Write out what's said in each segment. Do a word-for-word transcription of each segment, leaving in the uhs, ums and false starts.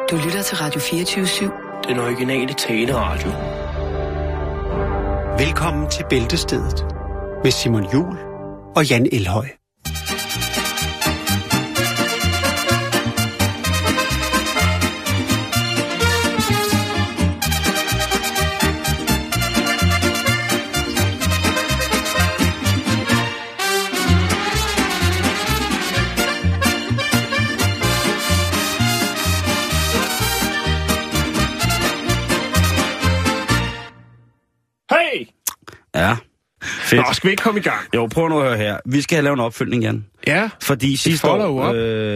Du lytter til Radio fireogtyve syv. Den originale taleradio. Velkommen til Bæltestedet med Simon Juhl og Jan Elhøj. Ja, fedt. Nå, skal vi ikke komme i gang? Jo, prøv nu at høre her. Vi skal have lavet en opfølgning, Jan. Ja, fordi sidste år,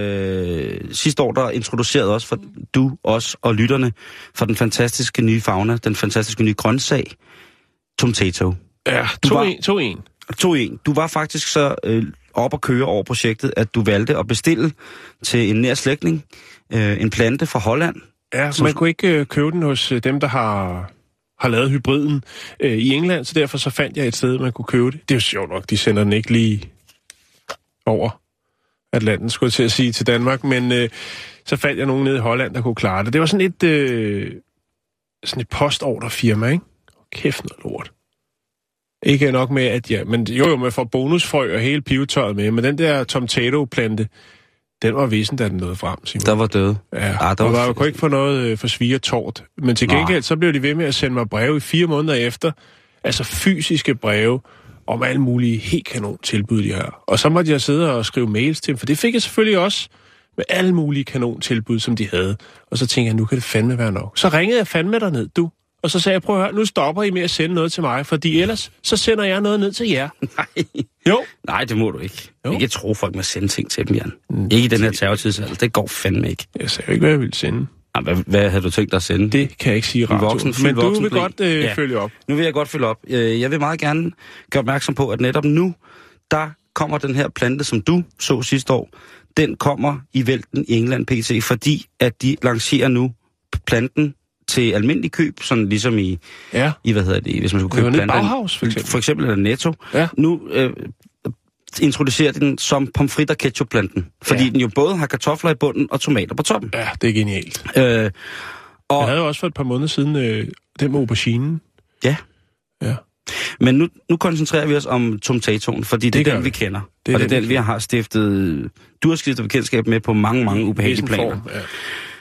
øh, sidste år, der introducerede også for du, os og lytterne for den fantastiske nye fauna, den fantastiske nye grøntsag, tomato. Ja, du to var, en, to en. To en. Du var faktisk så øh, op at køre over projektet, at du valgte at bestille til en nær slægtning øh, en plante fra Holland. Ja, som... man kunne ikke øh, købe den hos øh, dem, der har... har lavet hybriden øh, i England, så derfor så fandt jeg et sted, man kunne købe det. Det er jo sjovt nok, de sender den ikke lige over Atlanten, skulle jeg til at sige, til Danmark, men øh, så fandt jeg nogen nede i Holland, der kunne klare det. Det var sådan et, øh, sådan et postorderfirma, ikke? Kæft noget lort. Ikke nok med, at ja, men jo jo, man får bonusfrø og hele pivetøjet med, men den der tomato-plante, den var vissen, da den nåede frem, Simon. Der var død. Ja, ah, der og var... jeg kunne ikke få noget øh, for svig og tort. Men til gengæld, Nå. så blev de ved med at sende mig breve i fire måneder efter. Altså fysiske breve om alle mulige helt kanon tilbud, de har. Og så måtte jeg sidde og skrive mails til dem, for det fik jeg selvfølgelig også med alle mulige kanon tilbud, som de havde. Og så tænkte jeg, nu kan det fandme være nok. Så ringede jeg fandme derned, du. Og så sagde jeg, prøv at høre, nu stopper I med at sende noget til mig, fordi ellers så sender jeg noget ned til jer. Nej. Jo. Nej, det må du ikke. Jo. Ikke tro folk med at sende ting til dem, Jan. Mm. Ikke i den her terrortidsalder. Det går fandme ikke. Jeg sagde jo ikke, hvad jeg ville sende. Ja, hvad, hvad havde du tænkt dig at sende? Det kan jeg ikke sige ret. Voksen, men du voksen vil blik. godt øh, ja. følge op. Nu vil jeg godt følge op. Jeg vil meget gerne gøre opmærksom på, at netop nu, der kommer den her plante, som du så sidste år, den kommer i vælten i England P T, fordi at de lancerer nu planten til almindelig køb, sådan ligesom i, ja. i hvad hedder det, hvis man skulle købe planter. Bauhaus, for eksempel. For eksempel eller Netto. Ja. Nu øh, introducerer de den som pomfrit- og ketchup-planten, fordi ja. den jo både har kartofler i bunden og tomater på toppen. Ja, det er genialt. Øh, og... Jeg havde jo også for et par måneder siden øh, den med auberginen. Ja. Ja. Men nu, nu koncentrerer vi os om tomatoen, fordi det, det er den, vi kender. Det og det er den, den vi har stiftet... Du har stiftet bekendtskab med på mange, mange ubehagelige planer. Form, ja.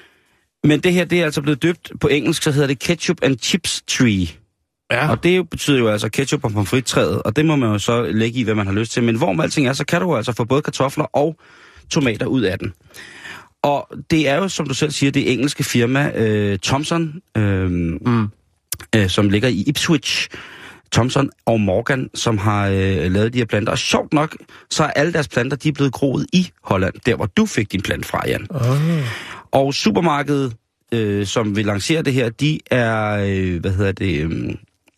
Men det her, det er altså blevet døbt på engelsk, så hedder det ketchup and chips tree. Ja. Og det betyder jo altså ketchup og pomfrittræet, og det må man jo så lægge i, hvad man har lyst til. Men hvor med alting er, så kan du altså få både kartofler og tomater ud af den. Og det er jo, som du selv siger, det engelske firma øh, Thomson, øh, mm. øh, som ligger i Ipswich, Thomson og Morgan, som har øh, lavet de her planter. Og sjovt nok, så er alle deres planter, de er blevet groet i Holland, der hvor du fik din plant fra, Jan. Oh. Og supermarkedet, øh, som vil lancere det her, de er, øh, hvad hedder det, øh,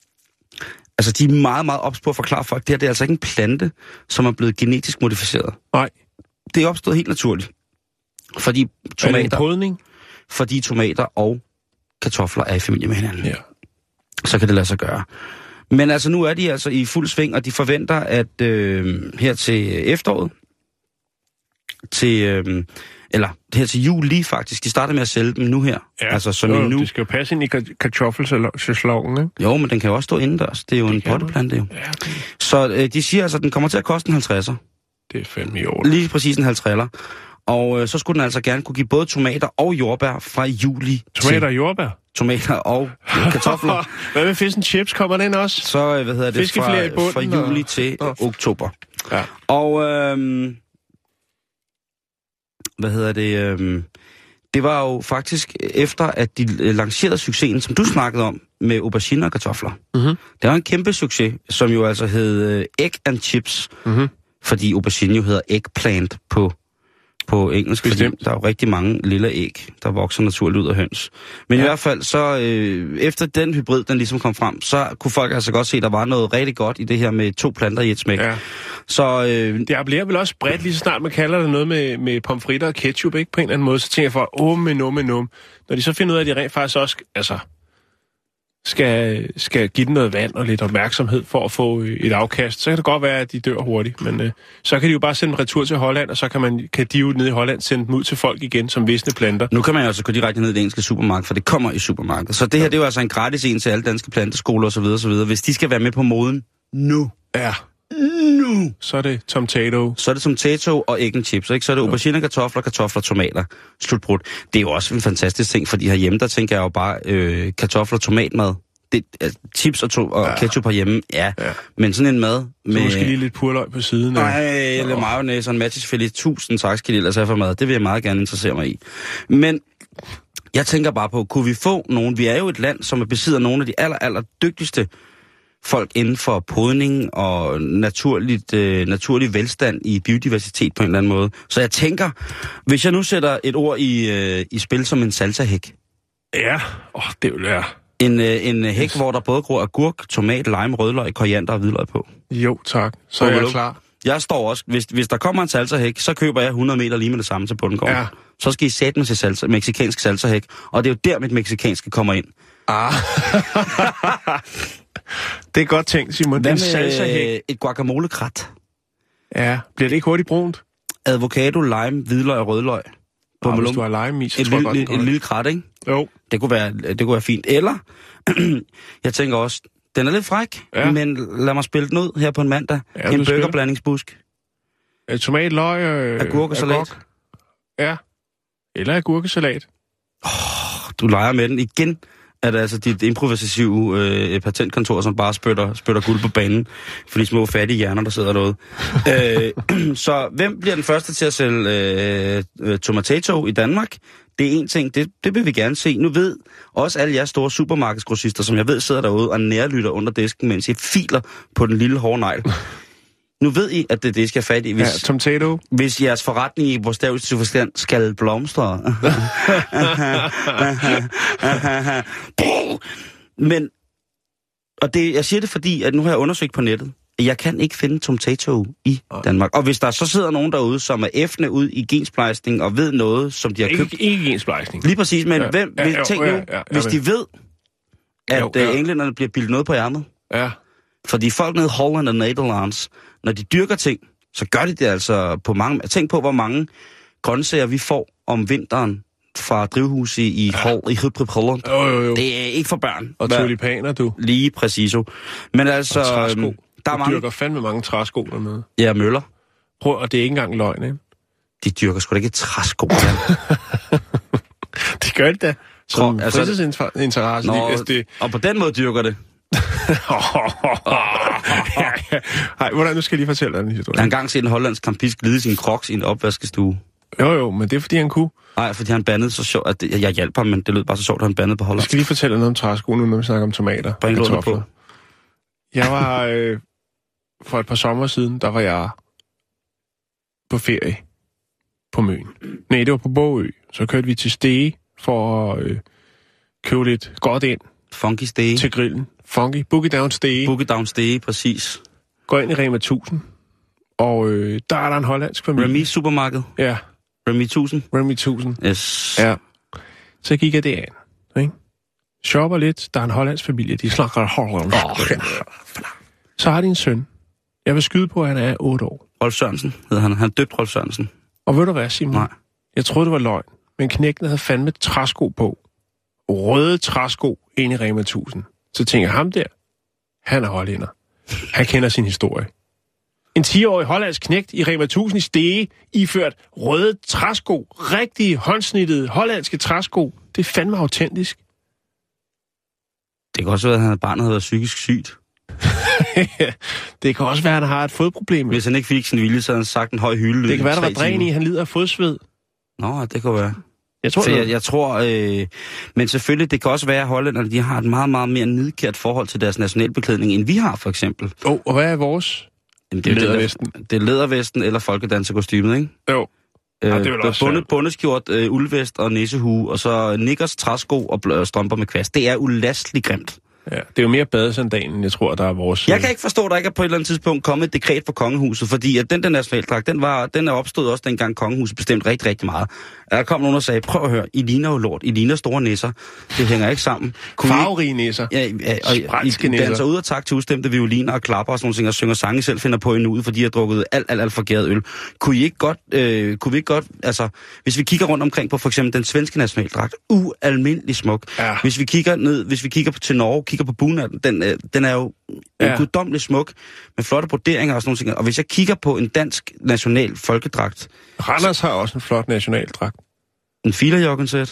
altså de er meget, meget ops på at forklare folk, det her det er altså ikke en plante, som er blevet genetisk modificeret. Nej. Det er opstået helt naturligt. Fordi tomater, er det en podning? Fordi tomater og kartofler er i familie med hinanden. Ja. Så kan det lade sig gøre. Men altså nu er de altså i fuld sving, og de forventer, at øh, her til efteråret, til... Øh, eller her til jul lige faktisk. De starter med at sælge dem nu her. Ja, altså, som jo, nu... det skal jo passe ind i kartoffelsalongen, ikke? Jo, men den kan jo også stå indendørs. Det er jo det en potteplante, jo. Ja, det... Så øh, de siger altså, at den kommer til at koste en halvtredser. Det er fandme i orden. Lige præcis en halvtredser. Og øh, så skulle den altså gerne kunne give både tomater og jordbær fra juli. Tomater og jordbær? Tomater og kartofler. Hvad med fish and chips? Kommer den også? Så, øh, hvad hedder det, fra, bunden, fra juli og... til og... oktober. Ja. Og... Øh, Hvad hedder det? Øh, det var jo faktisk efter, at de lancerede succesen, som du snakkede om, med aubergine og kartofler. Mm-hmm. Det var en kæmpe succes, som jo altså hed Egg and Chips, mm-hmm. fordi aubergine jo hedder eggplant på, på engelsk, Bestemt. Fordi der er jo rigtig mange lille æg, der vokser naturligt ud af høns. Men ja. i hvert fald, så øh, efter den hybrid, den ligesom kom frem, så kunne folk altså godt se, at der var noget rigtig godt i det her med to planter i et smæk. Ja. Så, øh, det bliver vel også bredt, lige så snart man kalder det noget med, med pomfritter og ketchup, ikke? På en eller anden måde, så tænker jeg for, åh, men num, men num. Når de så finder ud af, at de rent faktisk også, altså, skal, skal give den noget vand og lidt opmærksomhed for at få et afkast, så kan det godt være, at de dør hurtigt. Men øh, så kan de jo bare sende dem retur til Holland, og så kan, man, kan de jo nede i Holland sende dem ud til folk igen som visne planter. Nu kan man jo altså gå direkte ned i det engelske supermarked, for det kommer i supermarkedet. Så det her, det er jo altså en gratis en til alle danske planteskoler osv. osv. Hvis de skal være med på moden nu. Ja. Nu. Så er det tomato. Så er det tomato og egg and chips, ikke? Så er det aubergine, kartofler, kartofler, tomater. Slutbrud. Det er jo også en fantastisk ting, fordi herhjemme, der tænker jeg jo bare øh, kartofler, tomatmad. Det, altså, chips og, to, og ja. ketchup herhjemme, ja. ja. Men sådan en mad med... Så måske lige lidt purløg på siden. Nej, eller oh. mayonnaise og en matchesfilet. Tusind tak skal de ellers have for mad. Det vil jeg meget gerne interessere mig i. Men jeg tænker bare på, kunne vi få nogen... Vi er jo et land, som besidder nogle af de aller, aller dygtigste folk inden for podning og naturligt, øh, naturlig velstand i biodiversitet på en eller anden måde. Så jeg tænker, hvis jeg nu sætter et ord i, øh, i spil som en salsahæk. Ja, åh, oh, det vil være... En, øh, en hæk, yes. hvor der både gror agurk, tomat, lime, rødløg, koriander og hvidløg på. Jo, tak. Så er jeg klar. Jeg står også... Hvis, hvis der kommer en salsahæk, så køber jeg hundrede meter lige med det samme til bundgården. Ja. Så skal I sætte mig til salsa, mexikansk salsahæk, og det er jo der, mit mexikanske kommer ind. Ah. Det er godt tænkt, Simon. Hvad med øh, et guacamole-krat? Ja, bliver det ikke hurtigt brunt? Avocado, lime, hvidløg og rødløg. På ah, hvis du har lime i, så et tror jeg lille, godt. En lille krat, ikke? Jo. Det kunne være, det kunne være fint. Eller, jeg tænker også, den er lidt fræk, ja. men lad mig spille den ud her på en mandag. Ja, en burgerblandingsbusk. Et tomat, løg, øh, agurkesalat. Agurk. Ja, eller agurkesalat. Oh, du leger med den igen. Er det altså dit improvisative øh, patentkontor, som bare spytter, spytter guld på banen for de små fattige hjerner, der sidder derude. øh, så hvem bliver den første til at sælge øh, tomato i Danmark? Det er en ting, det, det vil vi gerne se. Nu ved også alle jeres store supermarkedsgrossister, som jeg ved sidder derude og nærlytter under disken, mens I filer på den lille hårde negl. Nu ved I, at det er det, I skal have fat i. Hvis, ja, tomato. Hvis jeres forretning i bogstaveligste forstand skal blomstre. Men, og det, jeg siger det fordi, at nu har jeg undersøgt på nettet, at jeg kan ikke finde tomato i Danmark. Og hvis der så sidder nogen derude, som er effende ud i gensplejsning og ved noget, som de har købt... Ikke, ikke gensplejsning. Lige præcis, men ja, hvem, ja, hvis, jo, tænk ja, nu, ja, ja, hvis de ved, at jo, ja. englænderne bliver bildet noget på ærmet. Ja. Fordi folk nede i Holland og Netherlands, når de dyrker ting, så gør de det altså på mange... Tænk på, hvor mange grøntsager vi får om vinteren fra drivhuse i ja. Hol, i Holland. Jo, jo, jo. Det er ikke for børn. Og tulipaner, du. Lige præciso. Men altså... Træsko. Der er mange... dyrker fandme mange træsko dernede. Ja, møller. Prøv, og det er ikke engang løgn, ikke? De dyrker sgu da ikke træsko, ja. Det gør det da. Som altså, fritidsinteresse. Nå, altså, det... Og på den måde dyrker det. Nej, hvordan nu skal jeg lige fortælle dig den historie? Jeg har engang set en hollandsk campist glide sin crocs i en opvaskestue. Jo, jo, men det er fordi han kunne. Nej, fordi han bandede så sjovt, at det, jeg hjalp ham, men det lød bare så sjovt, at han bandede på hollandsk. Jeg skal lige fortælle noget om træsko, nu når vi snakker om tomater. Bring lånet på. Jeg var, øh, for et par sommer siden, der var jeg på ferie på Møn. Nej, det var på Bogø. Så kørte vi til Stege for at øh, købe lidt godt ind. Funky Stege. Til grillen. Funky. Boogie Down Stege. Boogie Down Stege, præcis. Går ind i Rema tusind. Og øh, der er der en hollandsk familie. Remi supermarked? Ja. Remi tusind? Remi tusind. Yes. Ja. Så gik jeg det an. Ikke? Shopper lidt. Der er en hollandsk familie. De snakker hollandsk. Oh, ja. Så har de en søn. Jeg vil skyde på, at han er otte år. Rolf Sørensen hedder han. Han er døbt Rolf Sørensen. Og ved du hvad, Simon? Nej. Jeg troede, det var løgn. Men knægten havde fandme træsko på. Røde træsko ind i Rema tusind. Så tænker jeg, ham der, han er hollænder. Han kender sin historie. En ti-årig hollandsk knægt i Rema tusind i Stege, iført røde træsko. Rigtige håndsnittede hollandske træsko. Det er fandme autentisk. Det kan også være, at barnet havde været psykisk sygt. Det kan også være, at han har et fodproblem. Hvis han ikke fik sin vilje, så havde han sagt en høj hylde. Det kan være, der var dræn i, han lider af fodsved. Nå, det kan være. Jeg tror, jeg, jeg tror øh, men selvfølgelig, det kan også være, at hollænderne de har et meget, meget mere nidkært forhold til deres nationalbeklædning, end vi har, for eksempel. Oh, og hvad er vores? Jamen, det er lædervesten. Det er lædervesten eller folkedanserkostymet, ikke? Jo. Øh, ja, det er også bunde, bundeskjort, øh, uldvest og nissehue, og så nikkers, træsko og blø- strømper med kvast. Det er ulastligt grimt. Ja, det er jo mere badesandalen, jeg tror, der er vores... Jeg kan ikke forstå, at der ikke er på et eller andet tidspunkt kommet et dekret fra kongehuset, fordi at den der nationaldragt, den, var, den er opstået også dengang kongehuset bestemte rigtig, rigtig meget. Der kom nogen og sagde, prøv at høre, I ligner jo lort, I ligner store nisser. Det hænger ikke sammen. Farverige nisser. Ja, ja, og I danser ud og tak til udstemte violiner og klapper og sådan nogle ting, og synger sange, selv finder på endnu, fordi I har drukket alt, alt, alt forgæret øl. Kunne I ikke godt, øh, kunne vi ikke godt, altså, hvis vi kigger rundt omkring på for eksempel den svenske nationaldragt, ualmindelig smuk. Ja. Hvis vi kigger ned, hvis vi kigger til Norge, kigger på bunaden, den, øh, den er jo ja. guddommelig smuk, med flotte broderinger og sådan nogle ting. Og hvis jeg kigger på en dansk national folkedragt... Randers har også en flot nationaldragt. En filerjokkensæt.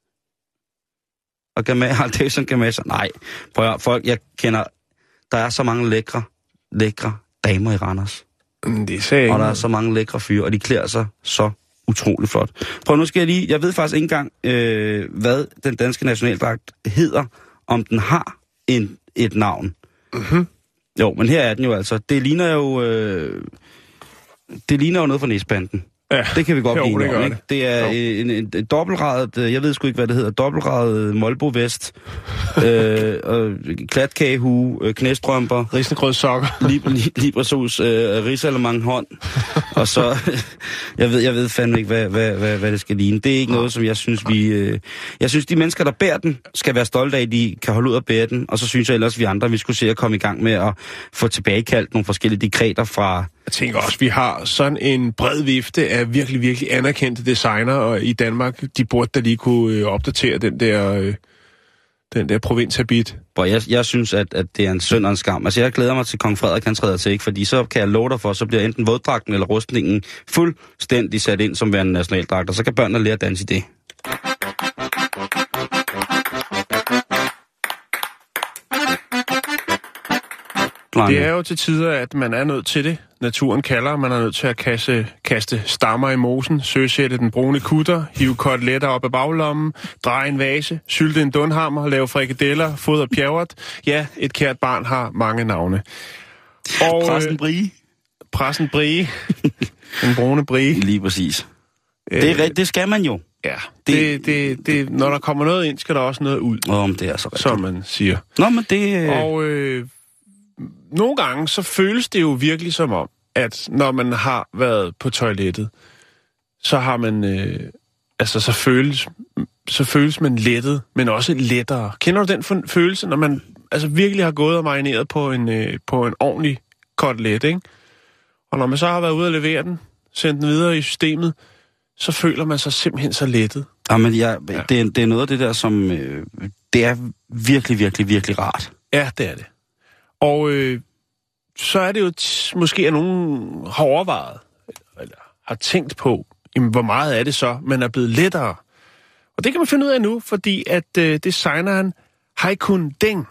Og Gamma, det er sådan Gamasser. Nej, prøv at, folk, jeg kender... Der er så mange lækre, lækre damer i Randers. Det sagde jeg. Og der er så mange lækre fyre, og de klæder sig så utrolig flot. Prøv nu skal jeg lige... Jeg ved faktisk ikke engang, øh, hvad den danske nationaldragt hedder, om den har en, et navn. Mhm. Jo, men her er den jo altså. Det ligner jo... Øh, det ligner jo noget fra næsbanden. Ja. Det kan vi godt blive det om, ikke? Det er en, en, en dobbeltradet, jeg ved sgu ikke, hvad det hedder, dobbeltradet Molbo-vest, øh, og klatkagehue, knæstrømper, risengrødssokker, Librasus, øh, risalemang hånd, og så, jeg ved, jeg ved fandme ikke, hvad, hvad, hvad, hvad det skal ligne. Det er ikke noget, som jeg synes, vi... Øh, jeg synes, de mennesker, der bærer den, skal være stolte af, at de kan holde ud og bære den, og så synes jeg ellers, vi andre, vi skulle se at komme i gang med at få tilbagekaldt nogle forskellige dekreter fra... Jeg tænker også, vi har sådan en bred vifte af virkelig, virkelig anerkendte designer i Danmark. De burde da lige kunne øh, opdatere den der, øh, den der provinshabit. Jeg, jeg synes, at, at det er en synd og en skam. Altså, jeg glæder mig til kong Frederik, han træder til, ikke? Fordi så kan jeg love dig for, så bliver enten våddragten eller rustningen fuldstændig sat ind som værende nationaldragt, og så kan børnene lære at danse i det. Det er jo til tider, at man er nødt til det. Naturen kalder, man er nødt til at kaste, kaste stammer i mosen, søsætte den brune kutter, hive koteletter op af baglommen, dreje en vase, sylte en dunhammer, lave frikadeller, fodre pjævret. Ja, et kært barn har mange navne. Og, Præsten Brie. Præsten Brie. Den brune Brie. Lige præcis. Øh, det, er, det skal man jo. Ja, det, det, det, når der kommer noget ind, skal der også noget ud. Om det er så rigtigt. Som man siger. Nå, men det... Og... Øh, Nogle gange, så føles det jo virkelig som om, at når man har været på toilettet, så har man, øh, altså så føles, så føles man lettet, men også lettere. Kender du den følelse, når man altså virkelig har gået og marineret på en, øh, på en ordentlig kotelet, ikke? Og når man så har været ude og levere den, sendt den videre i systemet, så føler man sig simpelthen så lettet. Jamen, jeg, ja. det, det er noget af det der, som, øh, det er virkelig, virkelig, virkelig rart. Ja, det er det. Og øh, så er det jo t- måske, at nogen har overvejet, eller har tænkt på, jamen, hvor meget er det så, man er blevet lettere. Og det kan man finde ud af nu, fordi at øh, designeren Haikun Deng,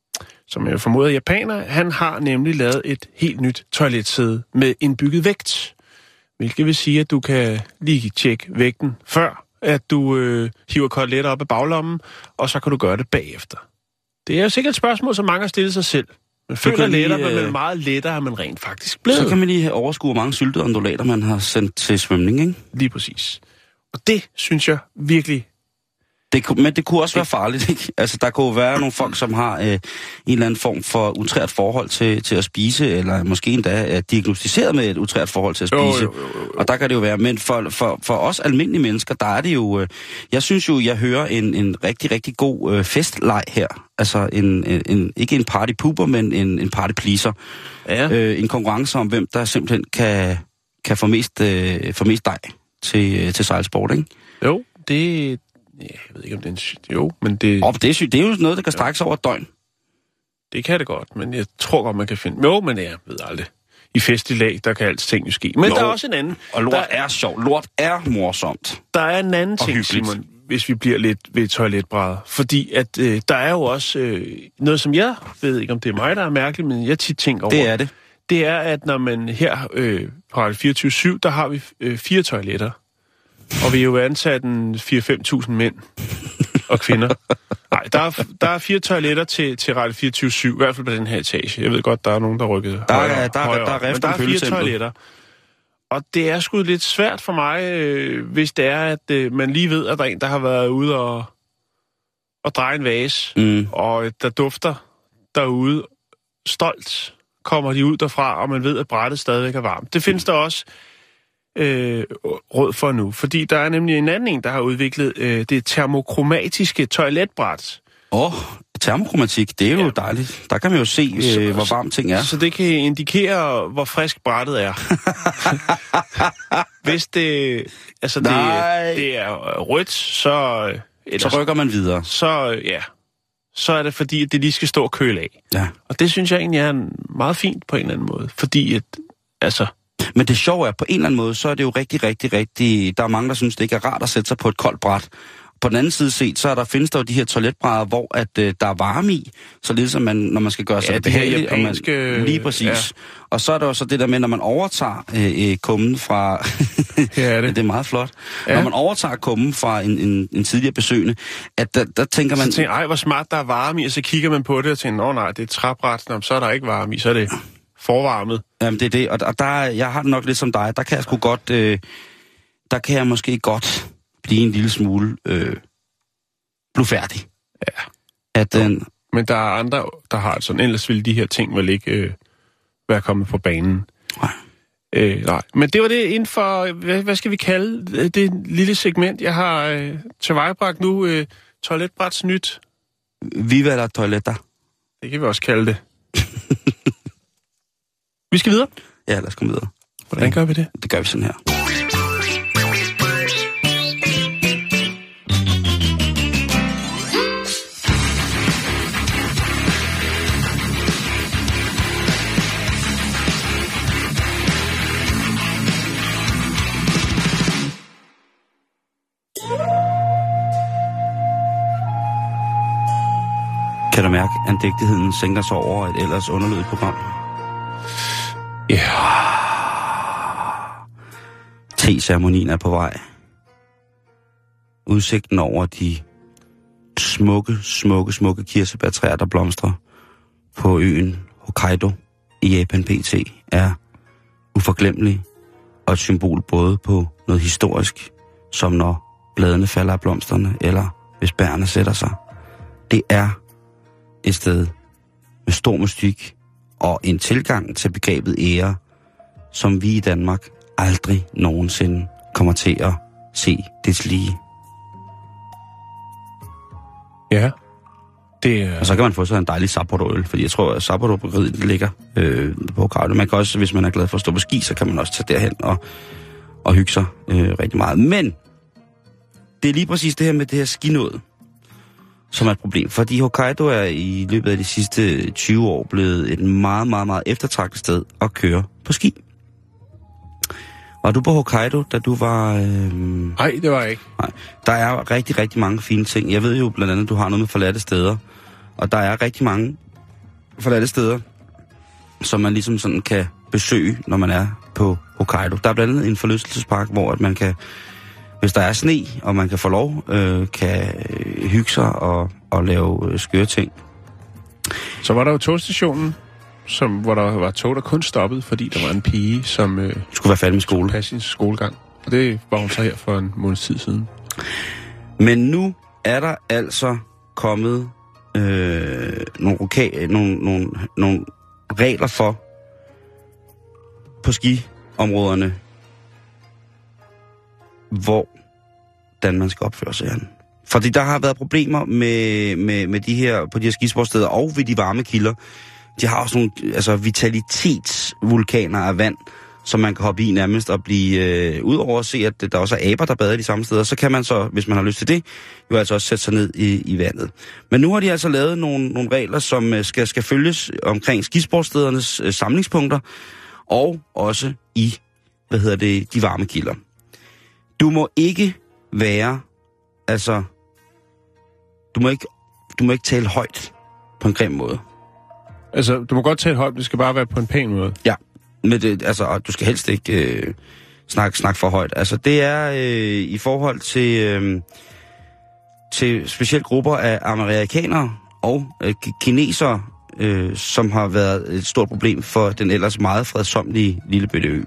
som jeg formoder japaner, han har nemlig lavet et helt nyt toiletsæde med indbygget vægt. Hvilket vil sige, at du kan lige tjekke vægten før, at du øh, hiver koteletter op af baglommen, og så kan du gøre det bagefter. Det er jo sikkert et spørgsmål, som mange har stillet sig selv. Man føler lettere, øh... men meget lettere er man rent faktisk blevet. Så kan man lige overskue, hvor mange syltede undulater, man har sendt til svømning, ikke? Lige præcis. Og det synes jeg virkelig... Det, men det kunne også være farligt, ikke? Altså, der kunne være nogle folk, som har øh, en eller anden form for utrært forhold til, til at spise, eller måske endda er diagnostiseret med et utrært forhold til at spise. Jo, jo, jo, jo. Og der kan det jo være. Men for, for, for os almindelige mennesker, der er det jo... Øh, jeg synes jo, jeg hører en, en rigtig, rigtig god øh, festleg her. Altså, en, en, ikke en party pooper, men en, en party pleaser. Ja. Øh, en konkurrence om, hvem der simpelthen kan, kan få mest, øh, få mest dej til, til sejlsport, ikke? Jo, det... Ja, jeg ved ikke, om det er en... Jo, men det... Oh, det, er det er jo noget, der kan strække sig over et døgn. Det kan det godt, men jeg tror godt, man kan finde... Jo, men jeg ved aldrig. I festival, der kan alt ting jo ske. Men jo, der er også en anden... Og lort der... er sjovt. Lort er morsomt. Der er en anden ting, Simon, hvis vi bliver lidt ved toiletbrædder. Fordi at øh, der er jo også øh, noget, som jeg ved ikke, om det er mig, der er mærkeligt, men jeg tit tænker over... Det er det. Det er, at når man her øh, på Radio fireogtyve syv, der har vi øh, fire toiletter. Og vi er jo ansat en fire til fem tusind mænd og kvinder. Nej, der er, der er fire toiletter til, til Radio fireogtyve syv, i hvert fald på den her etage. Jeg ved godt, der er nogen, der rykker der højere, er, der, højere. Der er, Men der er fire toiletter. Og det er sgu lidt svært for mig, øh, hvis det er, at øh, man lige ved, at der er en, der har været ude og, og dreje en vase, mm. og der dufter derude. Stolt kommer de ud derfra, og man ved, at brættet stadigvæk er varmt. Det findes der også øh, råd for nu, fordi der er nemlig en anden en, der har udviklet øh, det termokromatiske toiletbræt. Åh, oh, termokromatik, det er jo ja. dejligt. Der kan man jo se, øh, så, hvor varmt ting er. Så det kan indikere, hvor frisk brættet er. Hvis det, altså det, det er rødt, så... Ellers, så rykker man videre. Så, ja, så er det fordi, at det lige skal stå og køle af. Ja. Og det synes jeg egentlig er meget fint på en eller anden måde. Fordi, at, altså... Men det sjove er, på en eller anden måde, så er det jo rigtig, rigtig, rigtig... Der er mange, der synes, det ikke er rart at sætte sig på et koldt bræt. På den anden side set, så er der, findes der jo de her toiletbrædder, hvor at, øh, der er varme i, så lidt som man, når man skal gøre sig ja, det behageligt. Japanske... Og man, lige præcis. Ja. Og så er der jo så det der med, når man overtager øh, kummen fra... ja, er det. det er meget flot. Ja. Når man overtager kummen fra en, en, en tidligere besøgende, at der, der tænker man... Så tænker ej, hvor smart der er varme i, og så kigger man på det og tænker, nå nej, det er træbræt, nå, så er der ikke varme i, så er det forvarmet. Jamen det er det, og, og der, jeg har det nok lidt som dig, der kan jeg sgu godt... Øh, der kan jeg måske godt... blive en lille smule øh, blufærdig. Ja. At, øh, Men der er andre, der har det sådan. Ellers ville de her ting vel ikke øh, være kommet på banen. Nej. Øh, nej. Men det var det inden for, hvad, hvad skal vi kalde det lille segment, jeg har øh, tilvejebragt nu. Øh, toiletbræts nyt. Viva la toiletter. Det kan vi også kalde det. Vi skal videre. Ja, lad os komme videre. Hvordan gør vi det? Det gør vi sådan her. Kan du mærke, at andægtigheden sænker sig over et ellers underlydigt program? Ja. Yeah. Te-ceremonien er på vej. Udsigten over de smukke, smukke, smukke kirsebærtræer, der blomstrer på øen Hokkaido i Japan P T, er uforglemmelig og et symbol både på noget historisk, som når bladene falder af blomsterne, eller hvis bærene sætter sig. Det er et sted med stor mystik og en tilgang til begrebet ære, som vi i Danmark aldrig nogensinde kommer til at se dets lige. Ja. Det er... Og så kan man få sig en dejlig Sapporo-øl, fordi jeg tror, at Sapporo-bryggeriet ligger øh, på Hokkaido. Man kan også, hvis man er glad for at stå på ski, så kan man også tage derhen og, og hygge sig øh, rigtig meget. Men det er lige præcis det her med det her skinåd, som er et problem. Fordi Hokkaido er i løbet af de sidste tyve år blevet et meget, meget, meget eftertragtet sted at køre på ski. Var du på Hokkaido, da du var... Øh... Nej, det var jeg ikke. Nej, der er rigtig, rigtig mange fine ting. Jeg ved jo blandt andet, at du har noget med forladte steder. Og der er rigtig mange forladte steder, som man ligesom sådan kan besøge, når man er på Hokkaido. Der er blandt andet en forlystelsespark, hvor at man kan... Hvis der er sne, og man kan få lov, øh, kan hygge sig og, og lave øh, skøre ting. Så var der jo togstationen, som, hvor der var tog, der kun stoppede, fordi der var en pige, som øh, skulle være færdig med skole. Passe sin skolegang. Og det var hun så her for en måneds tid siden. Men nu er der altså kommet øh, nogle, roka- nogle, nogle, nogle regler for på skiområderne, hvor man skal opføre sig, Jan. Fordi der har været problemer med, med, med de her, på de her skisportsteder og ved de varme kilder. De har også nogle altså, vitalitetsvulkaner af vand, som man kan hoppe i nærmest og blive øh, ud over at se, at der også er aber, der bader de samme steder. Så kan man så, hvis man har lyst til det, jo altså også sætte sig ned i, i vandet. Men nu har de altså lavet nogle, nogle regler, som skal, skal følges omkring skisportstedernes øh, samlingspunkter, og også i, hvad hedder det, de varme kilder. Du må ikke være, altså, du må ikke, du må ikke tale højt på en grim måde. Altså, du må godt tale højt, det skal bare være på en pæn måde. Ja, men det, altså, du skal helst ikke øh, snakke snak for højt. Altså, det er øh, i forhold til, øh, til specielt grupper af amerikanere og øh, kinesere, øh, som har været et stort problem for den ellers meget fredsomlige lille bitte ø.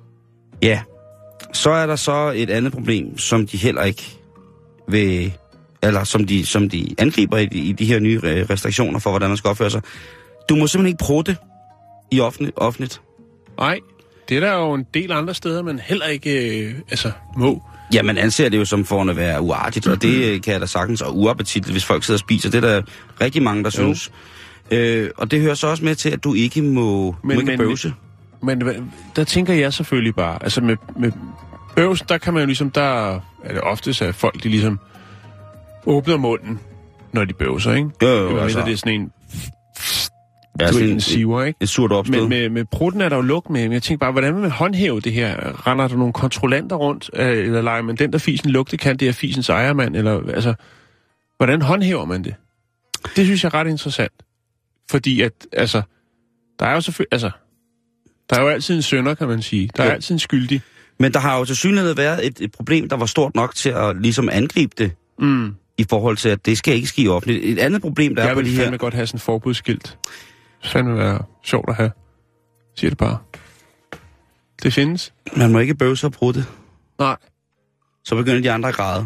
Ja. Så er der så et andet problem, som de heller ikke vil eller som de, som de angriber i de, i de her nye restriktioner for, hvordan man skal opføre sig. Du må simpelthen ikke prutte i offentligt. offentligt. Nej, det er der jo en del andre steder, man heller ikke øh, altså, må. Ja, man anser det jo som for at være uartigt, og det kan jeg da sagtens, og uappetitligt, hvis folk sidder og spiser. Det er der rigtig mange, der jo. synes. Øh, og det hører så også med til, at du ikke må, men, må ikke men, bøvse. Men, men der tænker jeg selvfølgelig bare, altså med, med bøvs, der kan man jo ligesom, der er det oftest, at folk de ligesom åbner munden, når de bøvser, ikke? Jo, jo, jo altså. Det er sådan en... Ja, sådan en siver, ikke? Et surt opstød. Men med, med prutten er der jo luk med. Men jeg tænker bare, hvordan vil man håndhæve det her? Render der nogle kontrollanter rundt? Øh, eller leger man den, der fisen lugte kan, det er fisens ejermand? Eller, altså, hvordan håndhæver man det? Det synes jeg er ret interessant. Fordi at, altså, der er jo selvfølgelig, altså, der er jo altid en synder, kan man sige. Der er jo altid en skyldig. Men der har jo til synligheden været et, et problem, der var stort nok til at ligesom angribe det. Mm. I forhold til, at det skal ikke ske offentligt. Et andet problem, der jeg er på de her... Jeg vil fandme godt have sådan en forbudsskilt. Det fandme være sjovt at have. Siger det bare. Det findes. Man må ikke bøvse og prutte. Nej. Så begynder de andre at græde.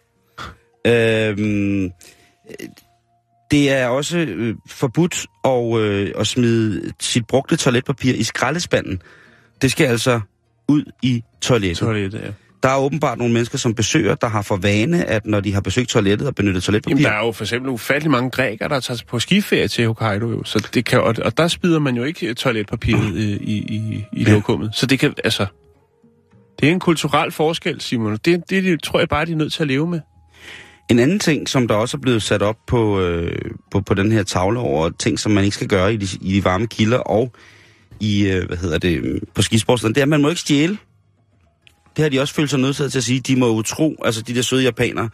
øhm, det er også øh, forbudt at, øh, at smide sit brugte toiletpapir i skraldespanden. Det skal altså ud i toilettet. Toilettet, ja. Der er åbenbart nogle mennesker, som besøger, der har for vane, at når de har besøgt toilettet og benyttet toiletpapir... Jamen, der er jo for eksempel ufattelig mange grækere, der tager på skiferie til Hokkaido, jo. Så det kan, og, og der spider man jo ikke toiletpapiret mm. i, i, i ja. lokummet. Så det kan, altså... Det er en kulturel forskel, Simon. Det, det, det tror jeg bare, de er nødt til at leve med. En anden ting, som der også er blevet sat op på, øh, på, på den her tavle over ting, som man ikke skal gøre i de, i de varme kilder og i, øh, hvad hedder det, på skisportstedet, det er, at man må ikke stjæle. Det har de også følt sig nødsaget til at sige. De må jo tro, altså de der søde japanere...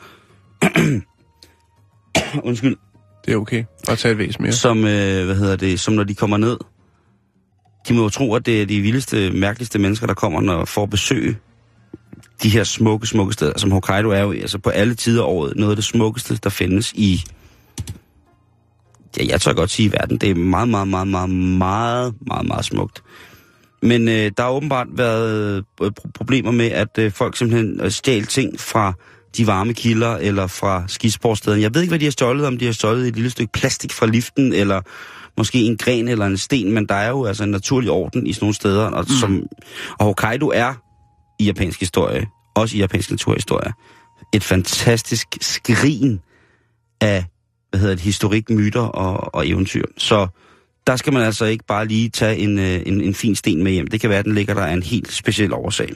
Undskyld. Det er okay. Bare tage et væs mere. Som, øh, hvad hedder det, som når de kommer ned. De må jo tro, at det er de vildeste, mærkeligste mennesker, der kommer når for at besøge de her smukke, smukke steder. Som Hokkaido er jo altså på alle tider af året noget af det smukkeste, der findes i... Ja, jeg tør godt sige i verden. Det er meget, meget, meget, meget, meget, meget, meget smukt. Men øh, der har åbenbart været øh, problemer med, at øh, folk simpelthen stjal ting fra de varme kilder eller fra skisportstederne. Jeg ved ikke, hvad de har stjålet, om de har stjålet et lille stykke plastik fra liften, eller måske en gren eller en sten, men der er jo altså en naturlig orden i sådan nogle steder. Og, mm. som, og Hokkaido er i japansk historie, også i japansk naturhistorie, et fantastisk skrin af, hvad hedder det, historik, myter og, og eventyr. Så der skal man altså ikke bare lige tage en, en, en fin sten med hjem. Det kan være, at den ligger der af en helt speciel årsag.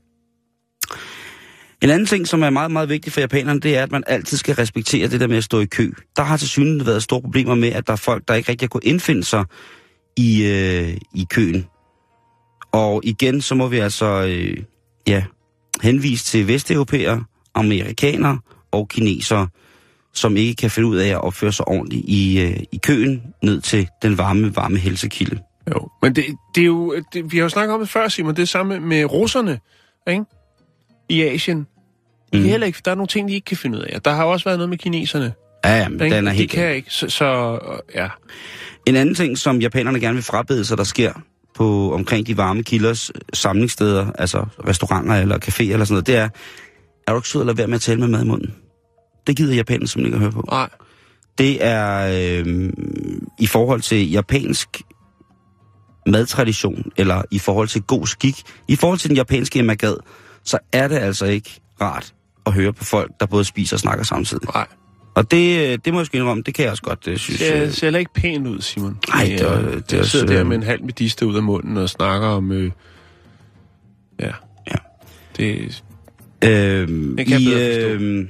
En anden ting, som er meget, meget vigtig for japanerne, det er, at man altid skal respektere det der med at stå i kø. Der har til synligheden været store problemer med, at der er folk, der ikke rigtig har kunnet indfinde sig i, øh, i køen. Og igen, så må vi altså øh, ja, henvise til vesteuropæere, amerikanere og kinesere, som ikke kan finde ud af at opføre sig ordentligt i, øh, i køen ned til den varme, varme helsekilde. Jo, men det, det er jo, det, vi har jo snakket om det før, Simon, det er samme med russerne, ikke? I Asien. De mm. heller ikke, der er nogle ting, de ikke kan finde ud af. Der har også været noget med kineserne. Ja, ja, men den er helt... De kan ikke, så, så ja. En anden ting, som japanerne gerne vil frabede sig, der sker på omkring de varme kilders samlingssteder, altså restauranter eller caféer eller sådan noget, det er, er du ikke sød at lade være med at tale med mad i munden? Det gider japanerne simpelthen ikke at høre på. Nej. Det er øh, i forhold til japansk madtradition, eller i forhold til god skik, i forhold til den japanske emagad, så er det altså ikke rart at høre på folk, der både spiser og snakker samtidig. Nej. Og det, det må jeg sgu indrømme, det kan jeg også godt det synes. Det ser heller ikke pænt ud, Simon. Nej, det, det, det, det jeg sidder også, der med en halv medister ud af munden og snakker om... Øh, ja. Ja. Det... Øhm, det kan jeg i, øh,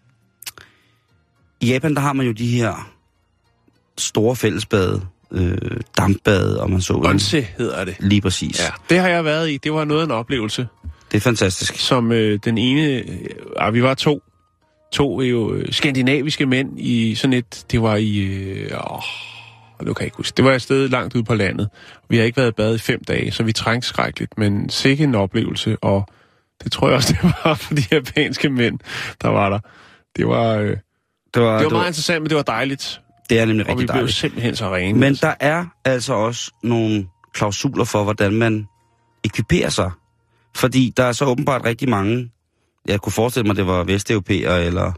I Japan, der har man jo de her store fællesbade, øh, dampbade, og man så... Onse hedder det. Lige præcis. Ja, det har jeg været i. Det var noget af en oplevelse. Det er fantastisk. Som øh, den ene... Øh, vi var to. To er jo øh, skandinaviske mænd i sådan et... Det var i... Øh, åh, nu kan jeg ikke huske. Det var et sted langt ude på landet. Vi har ikke været i bad i fem dage, så vi trængte skrækkeligt. Men sikke en oplevelse, og det tror jeg også, det var for de japanske mænd, der var der. Det var... Øh, det var, det var meget var, interessant, men det var dejligt. Det er nemlig rigtig dejligt. Og vi blev simpelthen så rene. Men altså. Der er altså også nogle klausuler for, hvordan man ekviperer sig. Fordi der er så åbenbart rigtig mange, jeg kunne forestille mig, det var vesteuropæere eller,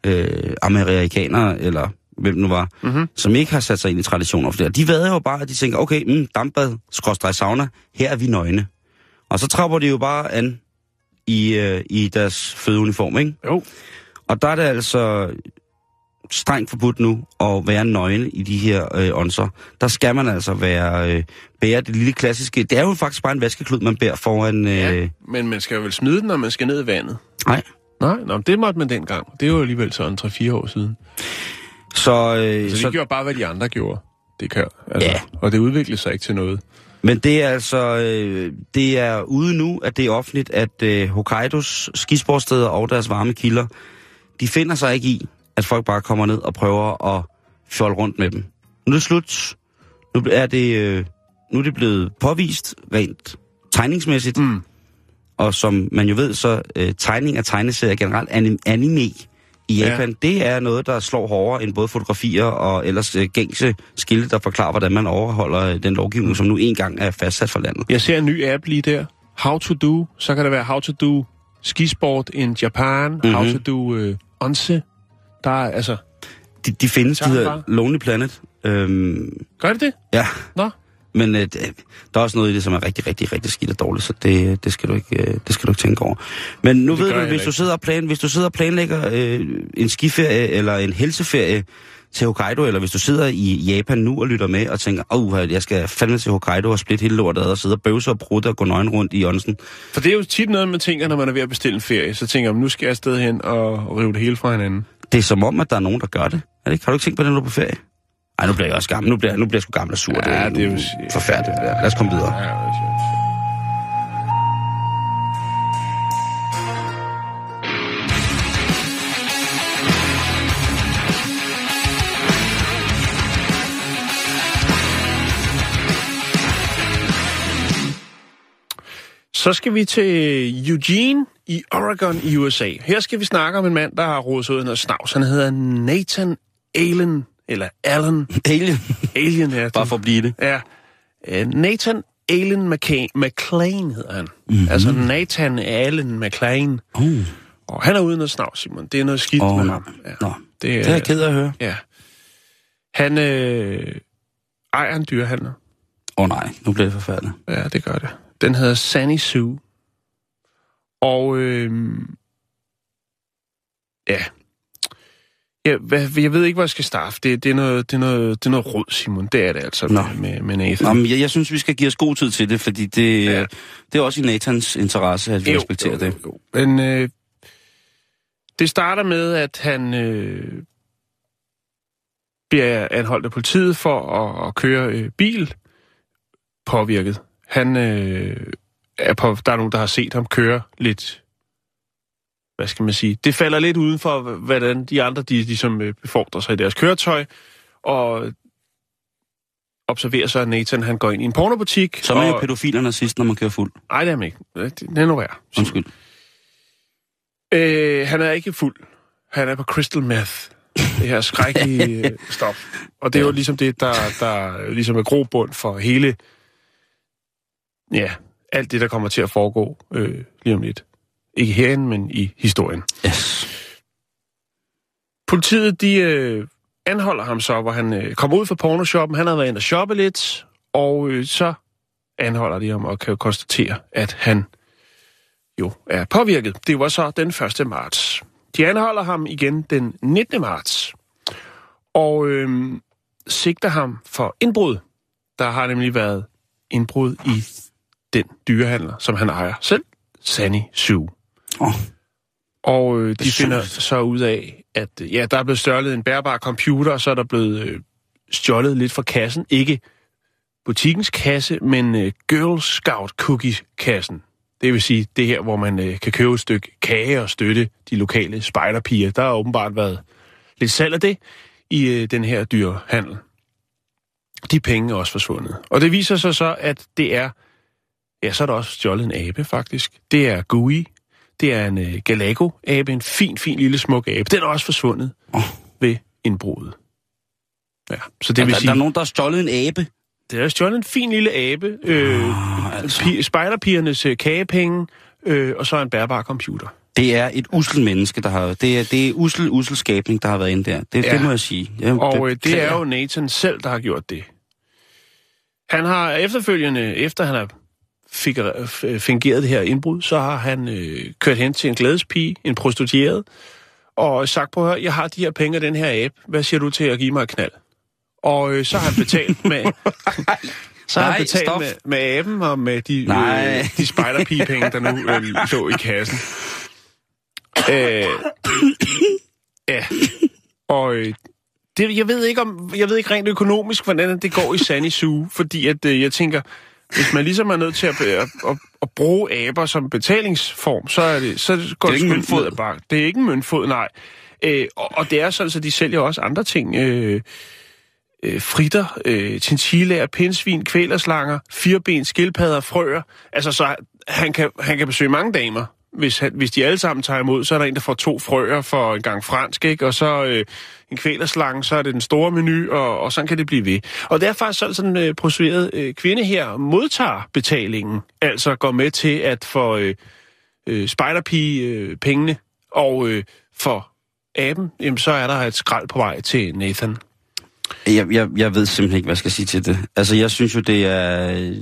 øh, amerikanere, eller hvem nu var, mm-hmm. som ikke har sat sig ind i traditioner for det. De ved jo bare, at de tænker, okay, mm, dampbad, skråstreg sauna, her er vi nøgne. Og så trapper de jo bare an i, øh, i deres fødeuniform, ikke? Jo. Og der er det altså strengt forbudt nu at være nøgne i de her øh, onser. Der skal man altså være, øh, bære det lille klassiske. Det er jo faktisk bare en vaskeklud, man bærer foran... Øh... Ja, men man skal jo vel smide den, når man skal ned i vandet. Nej. Nej, nå, det måtte man dengang. Det er jo alligevel sådan tre fire år siden. Så, øh, altså, de så... gjorde bare, hvad de andre gjorde. Det kan, altså, ja. Og det udviklede sig ikke til noget. Men det er altså, øh, det er ude nu, at det er offentligt, at øh, Hokkaidos skisportsteder og deres varme kilder, de finder sig ikke i, at folk bare kommer ned og prøver at fjolle rundt med dem. Nu er det slut. Nu er det, øh, nu er det blevet påvist rent tegningsmæssigt. Mm. Og som man jo ved, så øh, tegning af tegneserier generelt, anime i Japan, ja. Det er noget, der slår hårdere end både fotografier og ellers øh, gængse skilte, der forklarer, hvordan man overholder øh, den lovgivning, mm. som nu engang er fastsat for landet. Jeg ser en ny app lige der. How to do. Så kan det være how to do skisport in Japan. Mm-hmm. How to do øh, onse. Der er altså... De, de findes, de hedder Lonely Planet. Øhm, Gør det det? Ja. Nå. Men øh, der er også noget i det, som er rigtig, rigtig, rigtig skidt og dårligt, så det, det, skal, du ikke, øh, det skal du ikke tænke over. Men nu det ved du, hvis du, sidder og plan, hvis du sidder og planlægger øh, en skiferie eller en helseferie til Hokkaido, eller hvis du sidder i Japan nu og lytter med og tænker, åh, oh, jeg skal fandme til Hokkaido og splitte hele lortet ad og sidde og bøvse og prutte og gå nøgen rundt i onsen. For det er jo tit noget, man tænker, når man er ved at bestille en ferie. Så tænker man, nu skal jeg afsted hen og rive det hele fra hinanden. Det er som om, at der er nogen, der gør det. Er det ikke? Har du ikke tænkt på det, når du er på ferie? Ej, nu bliver jeg også gammel. Nu bliver, nu bliver jeg sgu gammel og sur. Ja, det er, det er jo forfærdeligt. Ja, lad os komme videre. Ja, det er Så skal vi til Eugene i Oregon i U S A. Her skal vi snakke om en mand, der har rodet sig ud af noget snavs. Han hedder Nathan Allen, eller Allen. Alien. Alien, ja. Bare for at blive det. Ja. Nathan Allen McCain, McLean hedder han. Mm-hmm. Altså Nathan Allen McLean. Uh. Og han er ude af noget snavs, Simon. Det er noget skidt oh, med no. ham. Ja. Nå, det, det er jeg ked af at høre. Ja. Han øh, ejer en dyrehandler. Åh oh, nej, nu bliver det forfærdeligt. Ja, det gør det. Den hedder Sunny Sue. Og øh, ja, ja hvad, jeg ved ikke, hvor jeg skal starte. Det, det, er noget, det, er noget, det er noget råd, Simon. Det er det altså Nå. med, med Nathan. Nå, men jeg, jeg synes, vi skal give os god tid til det, fordi det, ja. det er også i Nathans interesse, at vi jo, respekterer jo, det. Jo. Men øh, det starter med, at han øh, bliver anholdt af politiet for at, at køre øh, bil påvirket. Han øh, er på, der er nogen, der har set ham køre lidt, hvad skal man sige, det falder lidt uden for, hvordan de andre, de, de som befordrer sig i deres køretøj, og observerer så, at Nathan, han går ind i en pornobutik. Så er man og... jo pædofil og nazist, når man kører fuld. Nej, det er man ikke. Det er nu værd. Undskyld. Øh, han er ikke fuld. Han er på crystal meth. Det her skrækkelige stof. Og det er jo ligesom det, der, der ligesom er grobund for hele, ja, alt det, der kommer til at foregå øh, lige om lidt. Ikke herinde, men i historien. Yes. Politiet, de øh, anholder ham så, hvor han øh, kommer ud fra pornoshoppen. Han har været inde og shoppe lidt, og øh, så anholder de ham og kan jo konstatere, at han jo er påvirket. Det var så den første marts. De anholder ham igen den nittende marts, og øh, sigter ham for indbrud. Der har nemlig været indbrud i den dyrehandler, som han ejer selv, Sunny Sue. Oh. Og øh, de finder så ud af, at ja, der er blevet stjålet en bærbar computer, og så er der blevet øh, stjålet lidt fra kassen. Ikke butikkens kasse, men øh, Girl Scout Cookie-kassen. Det vil sige, det her, hvor man øh, kan købe et stykke kage og støtte de lokale spejderpiger. Der har åbenbart været lidt salg af det i øh, den her dyrehandel. De penge er også forsvundet. Og det viser sig så, at det er, ja, så er der også stjålet en abe, faktisk. Det er Gooey. Det er en øh, Galago-abe, en fin, fin lille smuk abe. Den er også forsvundet oh. ved indbruddet. Ja, så det ja, vil der, sige... Der er nogen, der har stjålet en abe? Det er stjålet en fin lille abe. Øh, oh, altså. Spejderpigernes øh, kagepenge, øh, og så en bærbar computer. Det er et usel menneske, der har... Det er, det er usel, usel skabning, der har været inde der. Det, ja. det må jeg sige. Jeg, og det, det er jo Nathan selv, der har gjort det. Han har efterfølgende, efter han har fik, fingeret det her indbrud, så har han øh, kørt hen til en glædespige, en prostitueret, og sagt på her, jeg har de her penge af den her app. Hvad siger du til at give mig et knald? Og øh, så har han betalt med... Så har han betalt med, med aben og med de, øh, de spejderpigepenge, der nu øh, lå i kassen. Øh, ja, og øh, det, jeg ved ikke om, jeg ved ikke rent økonomisk, hvordan det går i Sunny Zoo, fordi at øh, jeg tænker, hvis man ligesom er nødt til at, at, at, at bruge aber som betalingsform, så er det, så går det, det sgu ned ad bakke. Det er ikke en møntfod, nej. Øh, og, og det er sådan, så de sælger også andre ting. Øh, øh, fritter, øh, chinchillaer, pindsvin, kvælerslanger, firbens, skildpadder, frøer. Altså, så han kan, han kan besøge mange damer. Hvis, han, hvis de alle sammen tager imod, så er der en, der får to frøer for en gang fransk, ikke? Og så øh, en kvælerslange, så er det den store menu, og, og sådan kan det blive ved. Og det er faktisk sådan, sådan en øh, prostitueret øh, kvinde her modtager betalingen, altså går med til at få øh, øh, spejderpige-pengene, øh, og øh, for aben, jamen, så er der et skrald på vej til Nathan. Jeg, jeg, jeg ved simpelthen ikke, hvad jeg skal sige til det. Altså, jeg synes jo, det er... Øh...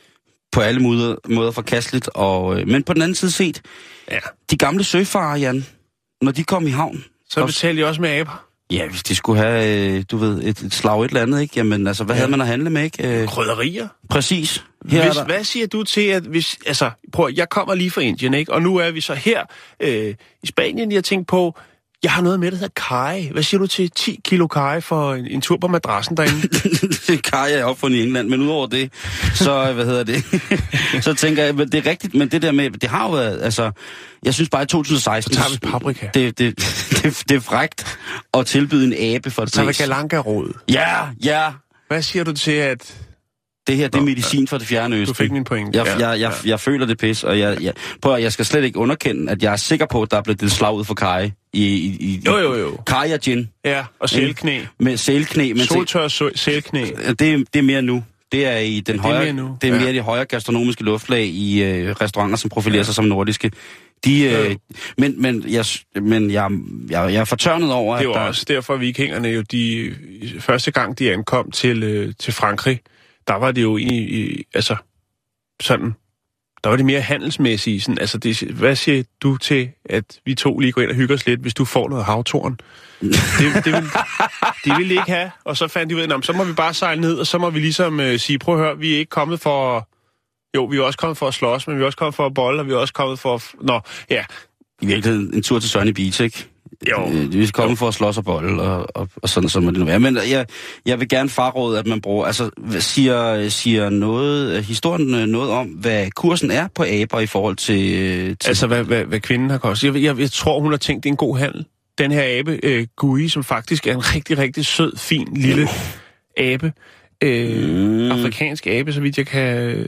på alle måder, måder forkasteligt, og, øh, men på den anden side set, ja. De gamle søfarer, Jan, når de kom i havn... Så betalte de også med aber? Ja, hvis de skulle have, øh, du ved, et, et slag et eller andet, ikke? Jamen, altså, hvad ja. havde man at handle med, ikke? Øh, Krydderier? Præcis. Her hvis, der... Hvad siger du til, at hvis... Altså, prøv, jeg kommer lige fra Indien, ikke? Og nu er vi så her øh, i Spanien, jeg tænker på... Jeg har noget med, der hedder kaj. Hvad siger du til ti kilo kaj for en, en tur på madrassen derinde? Kaj er opfundet i England, men udover det, så, hvad hedder det, så tænker jeg, det er rigtigt, men det der med, det har jo været, altså, jeg synes bare i to tusind og seksten... Så tager vi paprika. Det, det, det, det er frækt at tilbyde en abe for et pris. Så tager vi galanka-råd. Ja, ja. Hvad siger du til, at... Det her, det er medicin for det fjerne østen. Du fik min point. Jeg, jeg, jeg, jeg, jeg føler det pis, og jeg, jeg, prøv at, jeg skal slet ikke underkende, at jeg er sikker på, at der er blevet det slag ud for kaj. I, i, i, jo, jo, jo. Kaj og gin. Ja, og sælknæ. Med sælknæ. Men soltør sælknæ. Det, det er mere nu. Det er i den det højere, er mere, det er mere ja. de højere gastronomiske luftlag i øh, restauranter, som profilerer ja. sig som nordiske. De, øh, men men, jeg, men jeg, jeg, jeg er fortørnet over, det var at der... også derfor, at vikingerne jo, de, første gang de ankom til, øh, til Frankrig, der var det jo i, i altså, sådan, der var det mere handelsmæssige, sådan, altså, det, hvad siger du til, at vi to lige går ind og hygger os lidt, hvis du får noget havtorn? Det, det vil, de ville ikke have, og så fandt de ud af, så må vi bare sejle ned, og så må vi ligesom øh, sige, prøv at høre, vi er ikke kommet for, jo, vi er også kommet for at slås, men vi er også kommet for at bolle, og vi er også kommet for at, nå, ja. I virkeligheden en tur til Sunny Beach, ikke? Jo. Vi er kommet for at slås og bolle, og, og, og sådan, sådan må det nu være. Men jeg, jeg vil gerne fraråde, at man bruger, altså, siger, siger noget, historien noget om, hvad kursen er på aber i forhold til... til... Altså, hvad, hvad, hvad kvinden har kostet. Jeg, jeg, jeg tror, hun har tænkt, det er en god handel. Den her abe, øh, Gui, som faktisk er en rigtig, rigtig sød, fin, lille abe. Øh, mm. Afrikansk abe, så vidt jeg kan...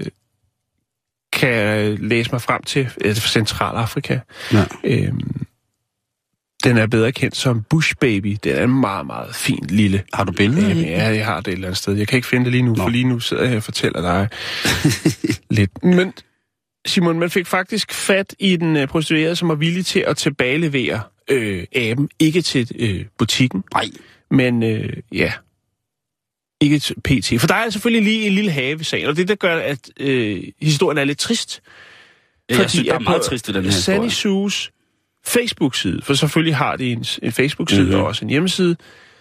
kan læse mig frem til, øh, Centralafrika. Ja. Øhm, den er bedre kendt som Bush Baby. Den er en meget, meget fin lille... Har du billeder? Øh, ja, jeg har det et eller andet sted. Jeg kan ikke finde det lige nu, Nå. for lige nu sidder jeg og fortæller dig lidt. Men Simon, man fik faktisk fat i den øh, prostituerede, som var villig til at tilbagelevere øh, aben. Ikke til øh, butikken. Nej. Men øh, ja... Ikke P T. For der er selvfølgelig lige en lille have i sagen, og det der gør, at øh, historien er lidt trist. Ja, jeg synes, der er meget trist i den her Sunny Zoo's Facebook-side, for selvfølgelig har de en, en Facebook-side mm-hmm. og også en hjemmeside,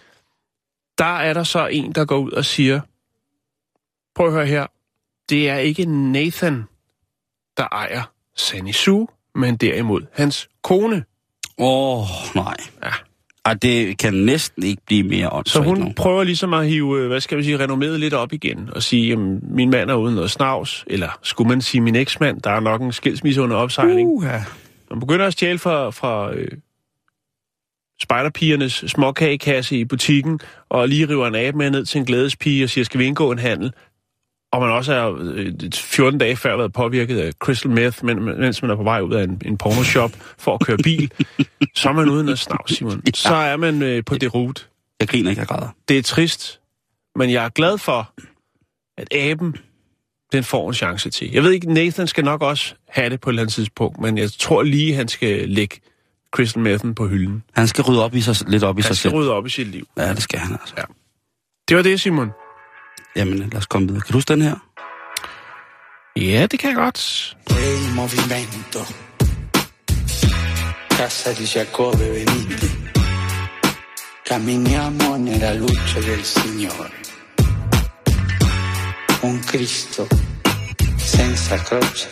der er der så en, der går ud og siger, prøv at høre her, det er ikke Nathan, der ejer Sunny Zoo, men derimod hans kone. Åh, oh, nej. Ja. Og det kan næsten ikke blive mere åndssvagt. Så hun nu. prøver ligesom at hive, hvad skal vi sige, renommet lidt op igen, og sige, jamen, min mand er uden noget snavs, eller skulle man sige min eksmand, der er nok en skilsmisse under opsejling. Uh, ja. Man begynder at stjæle fra, fra øh, spejderpigernes småkagekasse i butikken, og lige river en abe med ned til en glædespige og siger, skal vi indgå en handel? Og man også er øh, fjorten dage før været påvirket af crystal meth, mens man er på vej ud af en, en pornoshop for at køre bil. Så er man uden at snavs, Simon. Ja. Så er man øh, på det rute. Jeg griner ikke, jeg græder. Det er trist, men jeg er glad for, at aben den får en chance til. Jeg ved ikke, Nathan skal nok også have det på et eller andet tidspunkt, men jeg tror lige, han skal lægge crystal methen på hylden. Han skal rydde op i sig, lidt op i han sig selv. Han skal rydde op i sit liv. Ja, det skal han altså. Ja. Det var det, Simon. Jamen, lad os komme videre. Kan du huske den her? Ja, det kan jeg godt. El movimento. Casa di Giacobbe Benite. Camminiamo nella luce del Signore. Un Cristo senza croce.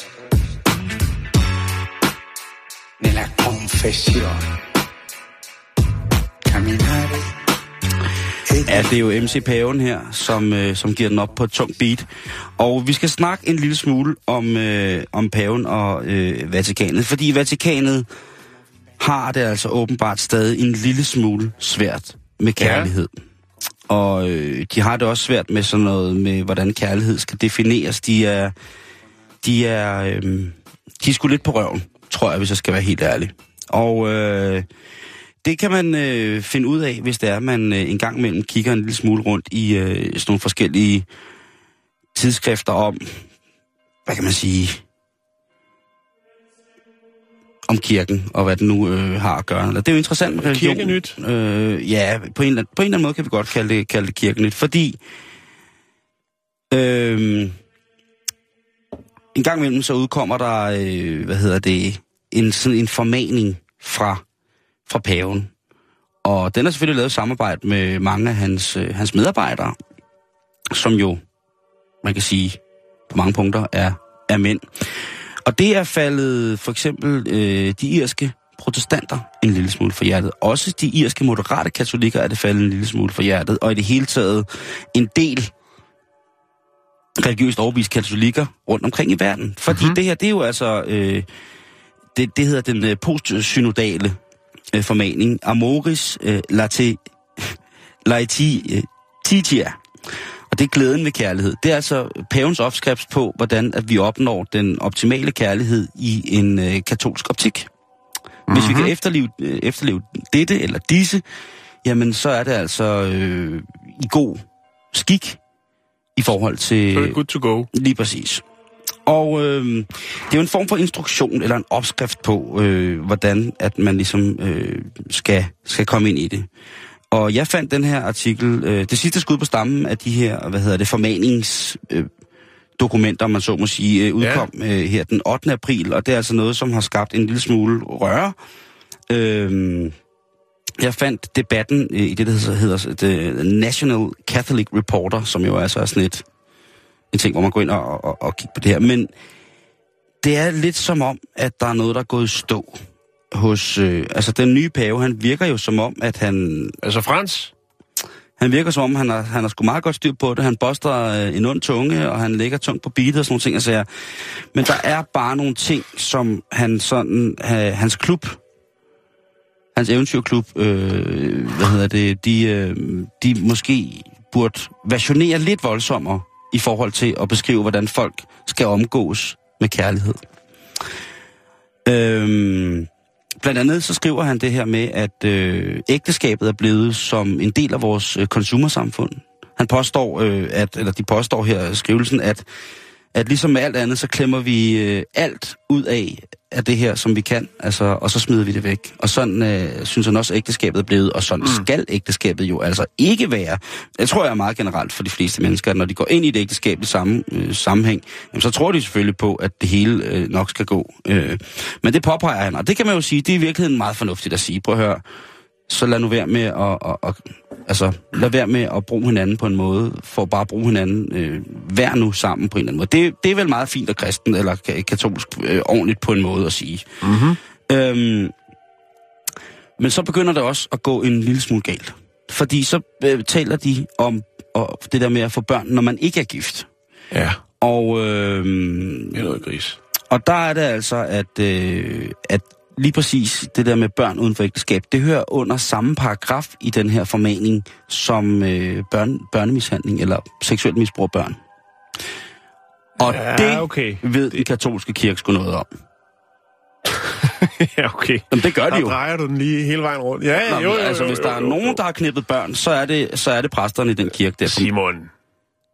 Nella confessione. Camminare. Ja, det er jo M C Paven her, som, øh, som giver den op på et tungt beat. Og vi skal snakke en lille smule om, øh, om paven og øh, Vatikanet. Fordi Vatikanet har det altså åbenbart stadig en lille smule svært med kærlighed. Ja. Og øh, de har det også svært med sådan noget med, hvordan kærlighed skal defineres. De er, de er, øh, de er sgu lidt på røven, tror jeg, hvis jeg skal være helt ærlig. Og øh, det kan man øh, finde ud af, hvis det er, man øh, en gang imellem kigger en lille smule rundt i øh, sådan nogle forskellige tidsskrifter om, hvad kan man sige, om kirken, og hvad den nu øh, har at gøre. Det er jo interessant med religion. Kirkenyt? Øh, ja, på en, på en eller anden måde kan vi godt kalde det, kalde det kirkenyt, fordi øh, en gang imellem så udkommer der, øh, hvad hedder det, en, sådan en formaning fra, fra paven. Og den har selvfølgelig lavet samarbejde med mange af hans, øh, hans medarbejdere, som jo, man kan sige, på mange punkter er, er mænd. Og det er faldet for eksempel øh, de irske protestanter en lille smule for hjertet. Også de irske moderate katolikker er det faldet en lille smule for hjertet. Og i det hele taget en del religiøst overbeviste katolikker rundt omkring i verden. Fordi mm-hmm. det her, det er jo altså, øh, det, det hedder den øh, postsynodale øh, formaning. Amoris øh, laetitia. Og det er glæden ved kærlighed. Det er altså pavens opskrift på, hvordan at vi opnår den optimale kærlighed i en øh, katolsk optik. Mm-hmm. Hvis vi kan efterleve, øh, efterleve dette eller disse, jamen så er det altså øh, i god skik i forhold til... Så er det good to go. Lige præcis. Og øh, det er jo en form for instruktion eller en opskrift på, øh, hvordan at man ligesom øh, skal, skal komme ind i det. Og jeg fandt den her artikel, øh, det sidste skud på stammen af de her, hvad hedder det, formaningsdokumenter, øh, man så må sige, øh, udkom ja. øh, her den ottende april, og det er altså noget, som har skabt en lille smule røre. Øh, jeg fandt debatten øh, i det, der hedder The National Catholic Reporter, som jo altså er sådan et, en ting, hvor man går ind og, og, og kigger på det her. Men det er lidt som om, at der er noget, der er gået i stå. Hos, øh, altså den nye pave, han virker jo som om, at han... Altså Frans? Han virker som om, han har, han har sgu meget godt styr på det. Han boster øh, en ond tunge, og han lægger tungt på beatet og sådan nogle ting, altså, men der er bare nogle ting, som han sådan... Øh, hans klub, hans eventyrklub, øh, hvad hedder det, de, øh, de måske burde versionere lidt voldsommere i forhold til at beskrive, hvordan folk skal omgås med kærlighed. Øh... Blandt andet så skriver han det her med, at øh, ægteskabet er blevet som en del af vores øh, konsumersamfund. Han påstår, øh, at, eller de påstår her i skrivelsen, at, at ligesom med alt andet, så klemmer vi øh, alt ud af, af det her, som vi kan, altså, og så smider vi det væk. Og sådan øh, synes han også, at ægteskabet er blevet, og sådan mm. skal ægteskabet jo altså ikke være. Jeg tror, jeg er meget generelt for de fleste mennesker, at når de går ind i et ægteskab i samme øh, sammenhæng, jamen, så tror de selvfølgelig på, at det hele øh, nok skal gå. Øh, men det påpeger han, og det kan man jo sige, det er i virkeligheden meget fornuftigt at sige. Prøv at høre, så lad nu være med at, at, at, altså, lad være med at bruge hinanden på en måde, for bare at bruge hinanden, øh, vær nu sammen på en eller anden måde. Det, det er vel meget fint og kristen, eller katolsk øh, ordentligt på en måde at sige. Mm-hmm. Øhm, men så begynder det også at gå en lille smule galt. Fordi så øh, taler de om og det der med at få børn, når man ikke er gift. Ja. Og, øh, det er noget gris. Og der er det altså, at, øh, at lige præcis det der med børn uden for ægteskab, det hører under samme paragraf i den her formaning som øh, børn, børnemishandling eller seksuelt misbrug af børn. Og ja, det okay. ved den katolske kirke sgu noget om. Ja, okay. Jamen, det gør de der jo. Der drejer du den lige hele vejen rundt. Ja, ja, Nå, jo, jo, altså, jo, hvis der jo, er jo, nogen, jo. der har knippet børn, så er det, så er det præsterne i den kirke der. Simon.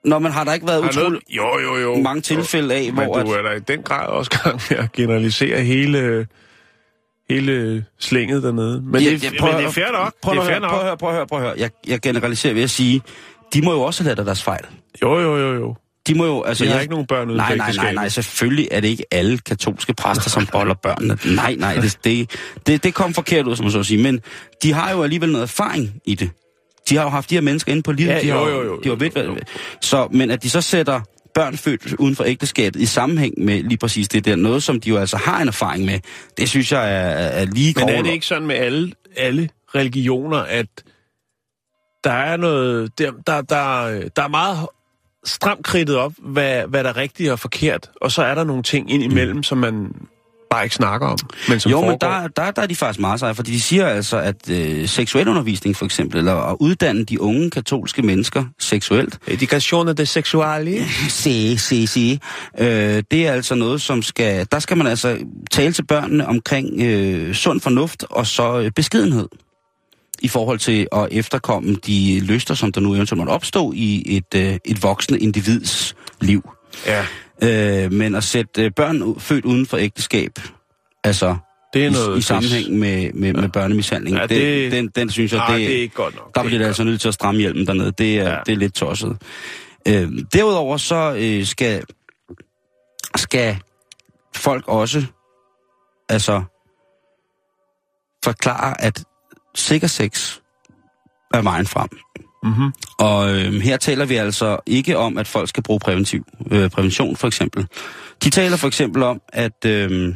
Nå, men har der ikke været utroligt noget... jo, jo, jo. mange tilfælde af, jo, hvor... Men du er der i den grad også gang med at generalisere hele... hele slænget dernede. Men, ja, det, ja, prøv, men det er fair nok. Prøv, det er fair prøv, prøv at høre, prøv at høre, prøv at høre. Jeg, jeg generaliserer ved at sige, de må jo også have lavet deres fejl. Jo, jo, jo, jo. De må jo, altså... Jeg har jeg, ikke nogen børn uden nej, nej, nej, nej, selvfølgelig er det ikke alle katolske præster, som boller børnene. Nej, nej, det, det, det, det kom forkert ud, som man så at sige. Men de har jo alligevel noget erfaring i det. De har jo haft de her mennesker inde på livet. Ja, de har, jo, jo, jo. De har ved, hvad, så, men at de så sætter børn født uden for ægteskabet i sammenhæng med lige præcis det der, noget som de jo altså har en erfaring med, det synes jeg er, er lige grov. Men er det ikke sådan med alle, alle religioner, at der er noget, der, der, der, der er meget stramt kridtet op, hvad, hvad der er rigtigt og forkert, og så er der nogle ting ind imellem, mm. som man bare ikke snakker om, men som jo, foregår. men der, der, der er de faktisk meget seje, fordi de siger altså, at øh, seksuel undervisning for eksempel, eller at uddanne de unge katolske mennesker seksuelt. Education af det seksuelle. Se, se, se. Øh, det er altså noget, som skal, der skal man altså tale til børnene omkring øh, sund fornuft og så øh, beskedenhed i forhold til at efterkomme de lyster, som der nu eventuelt måtte opstå i et, øh, et voksne individs liv. Ja. Øh, men at sætte børn født uden for ægteskab, altså det er noget i, i sammenhæng med, med, ja. med børnemishandling, ja, det, det, den, den synes jeg, nej, det, det er ikke godt nok. Der bliver det altså nødt til at stramme hjelmen dernede. Det er, ja. det er lidt tosset. Øh, derudover så øh, skal, skal folk også altså forklare, at sikker sex er vejen frem. Mm-hmm. Og øh, her taler vi altså ikke om, at folk skal bruge præventiv, øh, prævention, for eksempel. De taler for eksempel om, at, øh,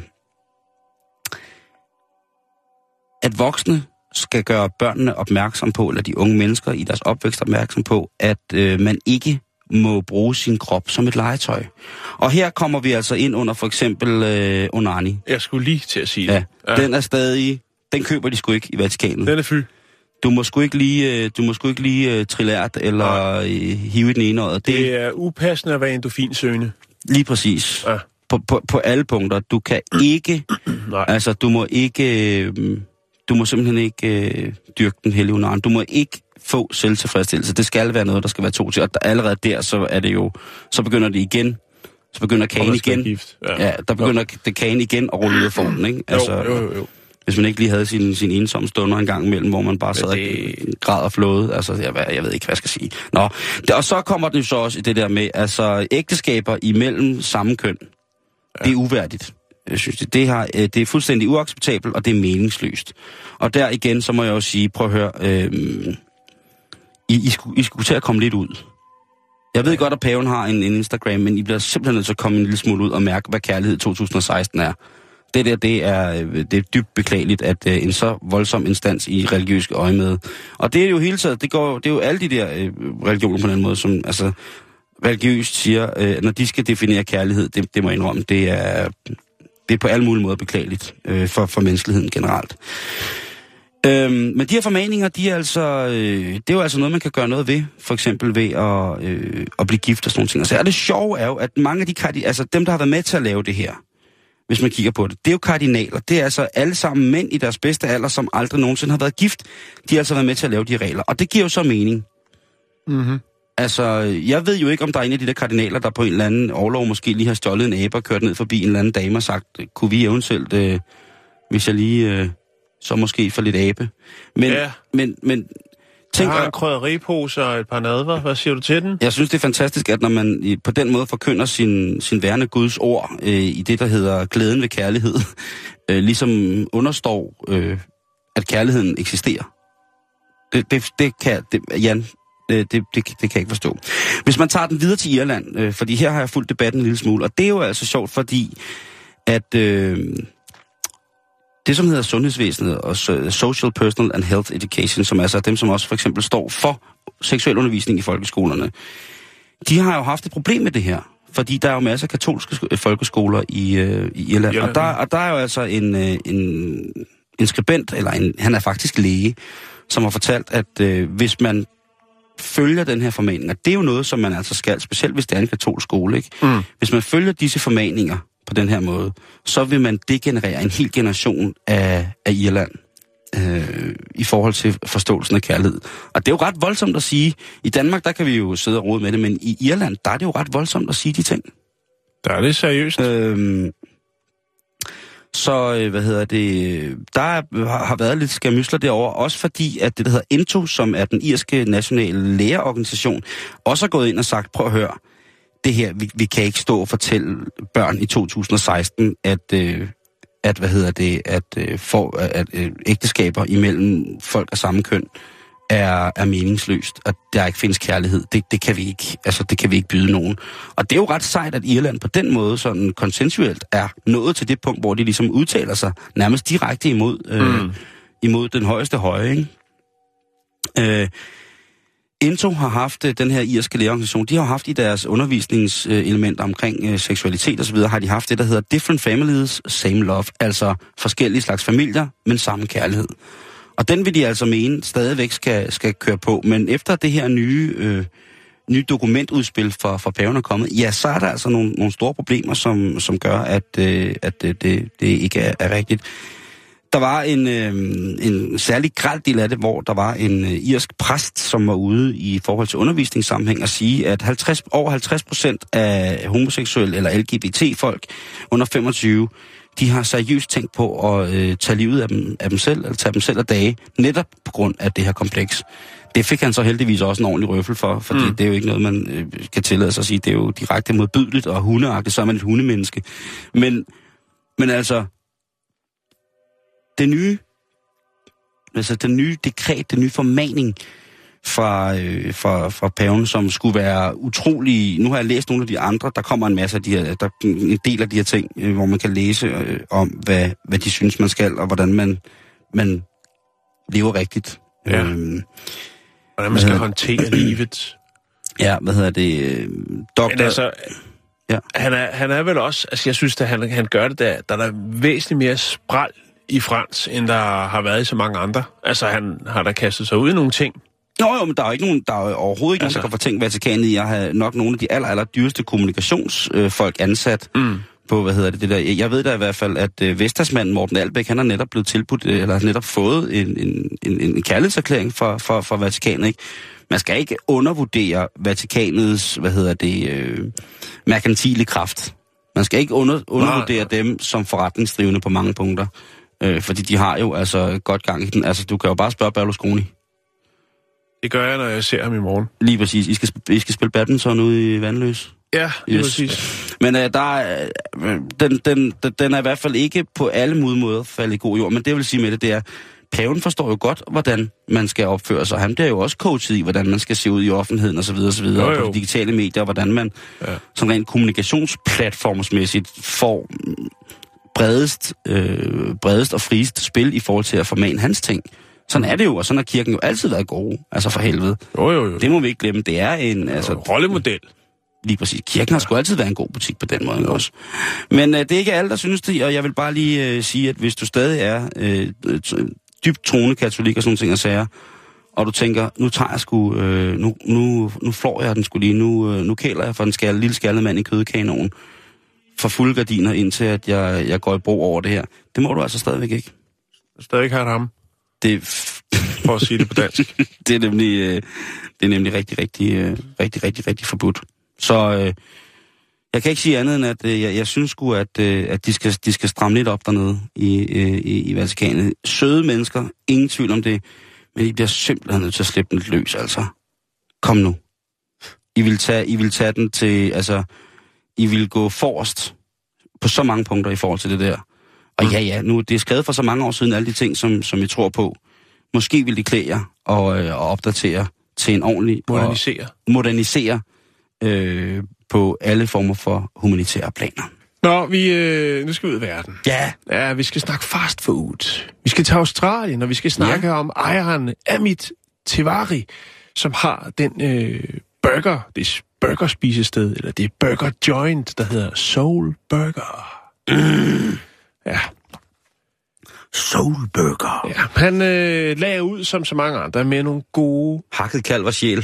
at voksne skal gøre børnene opmærksom på, eller de unge mennesker i deres opvækst opmærksom på, at øh, man ikke må bruge sin krop som et legetøj. Og her kommer vi altså ind under for eksempel øh, onani. Jeg skulle lige til at sige ja, det. Ja, den er stadig... Den køber de sgu ikke i Vatikanen. Den er fy. Du må sgu ikke lige, du må sgu ikke lige uh, trillært eller uh, hive i den ene øjet. Det, det er upassende at være endofinsøgende. Lige præcis. Ja. På, på, på alle punkter. Du kan ikke... Nej. Altså, du må ikke... Uh, du må simpelthen ikke uh, dyrke den hellige onanen. Du må ikke få selvtilfredsstillelse. Det skal være noget, der skal være to til. Og der, allerede der, så er det jo... Så begynder det igen. Så begynder kagen igen. Ja. ja, der begynder no. det kagen igen at rulle ud af formen, ikke? Altså, jo, jo, jo. Hvis man ikke lige havde sin, sin ensomme stunder en gang imellem, hvor man bare sad det... og græd og flåede. Altså, jeg, jeg ved ikke, hvad jeg skal sige. Nå, det, og så kommer det jo så også i det der med, altså ægteskaber imellem samme køn. Ja. Det er uværdigt. Jeg synes, det, det, har, det er fuldstændig uacceptabelt, og det er meningsløst. Og der igen, så må jeg jo sige, prøv at høre, øh, I, I, skulle, I skulle til at komme lidt ud. Jeg ved ja. godt, at paven har en, en Instagram, men I bliver simpelthen nødt til at komme en lille smule ud og mærke, hvad kærlighed to tusind og seksten er. Det der, det er, det er dybt beklageligt, at uh, en så voldsom instans i religiøse øje med. Og det er jo hele tiden, det, går, det er jo alle de der uh, religioner på den måde, som altså religiøst siger, uh, når de skal definere kærlighed, det, det må jeg indrømme, det er, det er på alle mulige måder beklageligt uh, for, for menneskeligheden generelt. Uh, men de her formaninger, de er altså, uh, det er jo altså noget, man kan gøre noget ved, for eksempel ved at, uh, at blive gift og sådan nogle ting. Og så er det sjove er jo, at mange af de, altså dem, der har været med til at lave det her, hvis man kigger på det. Det er jo kardinaler. Det er altså alle sammen mænd i deres bedste alder, som aldrig nogensinde har været gift. De har altså været med til at lave de regler. Og det giver jo så mening. Mm-hmm. Altså, jeg ved jo ikke, om der er en af de der kardinaler, der på en eller anden overlov måske lige har stjålet en abe og kørt ned forbi en eller anden dame og sagt, kunne vi eventuelt, øh, hvis jeg lige, øh, så måske få lidt abe. Men, ja. men, men tænk, jeg har en krydderipose og et par nadver. Hvad siger du til den? Jeg synes, det er fantastisk, at når man på den måde forkynder sin, sin værende Guds ord øh, i det, der hedder glæden ved kærlighed, øh, ligesom understår, øh, at kærligheden eksisterer. Det, det, det kan... Det, Jan, det, det, det kan jeg ikke forstå. Hvis man tager den videre til Irland, øh, fordi her har jeg fulgt debatten en lille smule, og det er jo altså sjovt, fordi at... Øh, det, som hedder sundhedsvæsenet og Social, Personal and Health Education, som altså er dem, som også for eksempel står for seksuel undervisning i folkeskolerne, de har jo haft et problem med det her. Fordi der er jo masser af katolske folkeskoler i, øh, i Irland. Ja, og, der, og der er jo altså en, øh, en, en skribent, eller en, han er faktisk læge, som har fortalt, at øh, hvis man følger den her formaning, og det er jo noget, som man altså skal, specielt hvis det er en katolsk skole, ikke? Mm. Hvis man følger disse formaninger på den her måde, så vil man degenerere en hel generation af, af Irland. øh, i forhold til forståelsen af kærlighed. Og det er jo ret voldsomt at sige. I Danmark, der kan vi jo sidde og rode med det, men i Irland, der er det jo ret voldsomt at sige de ting. Der er det seriøst. Øhm, så, hvad hedder det, der har været lidt skamysler derovre, også fordi, at det, der hedder I N T O, som er den irske nationale lægeorganisation, også har gået ind og sagt, prøv at høre, det her, vi, vi kan ikke stå og fortælle børn i to tusind og seksten, at, øh, at hvad hedder det, at, øh, for, at øh, ægteskaber imellem folk af samme køn er, er meningsløst, at der ikke findes kærlighed. Det, det kan vi ikke, altså det kan vi ikke byde nogen. Og det er jo ret sejt, at Irland på den måde sådan konsensuelt er nået til det punkt, hvor de ligesom udtaler sig nærmest direkte imod, øh, mm. imod den højeste høje, ikke? Øh, I N T O har haft, den her irske lægeorganisation, de har haft i deres undervisningselementer omkring øh, seksualitet osv., har de haft det, der hedder Different Families, Same Love, altså forskellige slags familier, men samme kærlighed. Og den vil de altså mene stadigvæk skal, skal køre på, men efter det her nye, øh, nye dokumentudspil for, for paven er kommet, ja, så er der altså nogle, nogle store problemer, som, som gør, at, øh, at det, det, det ikke er, er rigtigt. Der var en, øh, en særlig grel del af det, hvor der var en øh, irsk præst, som var ude i forhold til undervisningssammenhæng og sige, at halvtreds, over halvtreds procent af homoseksuelle eller L G B T-folk under femogtyve, de har seriøst tænkt på at øh, tage livet af dem, af dem selv, eller tage dem selv af dage, netop på grund af det her kompleks. Det fik han så heldigvis også en ordentlig røffel for, for mm. det, det er jo ikke noget, man øh, kan tillade sig at sige. Det er jo direkte modbydeligt og hundeagtigt, så er man et hundemenneske. Men, men altså, det nye, altså den nye dekret, den nye formaning fra, øh, fra, fra paven, som skulle være utrolig. Nu har jeg læst nogle af de andre, der kommer en masse af de her, der, en del af de her ting, øh, hvor man kan læse øh, om, hvad, hvad de synes, man skal, og hvordan man, man lever rigtigt. Ja. Øhm, hvordan man skal øh, håndtere livet. Ja, hvad hedder det? Øh, doktor... Men altså, ja. han, er, han er vel også, altså jeg synes, at han, han gør det der, der er der væsentligt mere spræl i Frans, end der har været i så mange andre. Altså han har da kastet sig ud i nogle ting. Nå jo, men der er, ikke nogen, der er overhovedet ikke altså. nogen, der kan fortænke Vatikanet i at have nok nogle af de aller, aller dyreste kommunikationsfolk ansat mm. på, hvad hedder det, det der. Jeg ved da i hvert fald, at øh, Vestasmanden Morten Albæk, han har netop blevet tilbudt, øh, eller har netop fået en, en, en, en kærlighedserklæring fra, fra, fra Vatikanet, ikke? Man skal ikke undervurdere Vatikanets, hvad hedder det, øh, merkantile kraft. Man skal ikke under, undervurdere Nej. dem som forretningsdrivende på mange punkter. Øh, fordi de har jo altså godt gang i den. Altså, du kan jo bare spørge Berlusconi. Det gør jeg, når jeg ser ham i morgen. Lige præcis. I skal, I skal spille badminton ude i Vandløs. Ja, lige yes. præcis. Men uh, der er, uh, den, den, den er i hvert fald ikke på alle mulige måder faldet i god jord. Men det vil sige med det, det er, paven forstår jo godt, hvordan man skal opføre sig. Han bliver jo også coachet i, hvordan man skal se ud i offentligheden osv. osv. Og på de digitale medier, hvordan man ja. sådan rent kommunikationsplatformsmæssigt får bredest, øh, bredest og friest spil i forhold til at formane hans ting. Sådan er det jo, og sådan har kirken jo altid været god. Altså for helvede. Jo, jo, jo. Det må vi ikke glemme. Det er en... Altså, rollemodel. Lige præcis. Kirken har sgu altid været en god butik på den måde jo. også. Men øh, det er ikke alle, der synes det, og jeg vil bare lige øh, sige, at hvis du stadig er øh, dybt troende katolik og sådan nogle ting og sager, og du tænker, nu tager jeg sgu... Øh, nu, nu, nu flår jeg den sgu lige. Nu, øh, nu kæler jeg for den skal, lille skaldede mand i kødkanonen for fulde gardiner, indtil at jeg, jeg går i bro over det her. Det må du altså stadigvæk ikke. Stadig har ham. Det for at sige det på dansk. det er nemlig øh, det er nemlig rigtig rigtig øh, rigtig rigtig rigtig forbudt. Så øh, jeg kan ikke sige andet end at øh, jeg, jeg synes sgu at øh, at de skal de skal stramme lidt op dernede i øh, i, i Vatikanet. Søde mennesker, ingen tvivl om det, men I bliver simpelthen nødt til at slippe den lidt løs, altså. Kom nu. I vil tage I vil tage den til, altså I vil gå forrest på så mange punkter i forhold til det der. Og ja, ja, nu det er skrevet for så mange år siden, alle de ting, som, som jeg tror på. Måske vil de klæde jer og, øh, og opdatere til en ordentlig... Modernisere. Modernisere øh, på alle former for humanitære planer. Nå, vi, øh, nu skal vi ud i verden. Ja. Ja, vi skal snakke fast food. Vi skal til Australien, og vi skal snakke ja. om ejeren Amit Tiwari, som har den øh, burger, det burgerspisested, eller det burger joint, der hedder Soul Burger. Mm. Ja. Soul Burger. Ja, han øh, lagde ud som så mange andre med nogle gode... Hakket kalv og sjæl.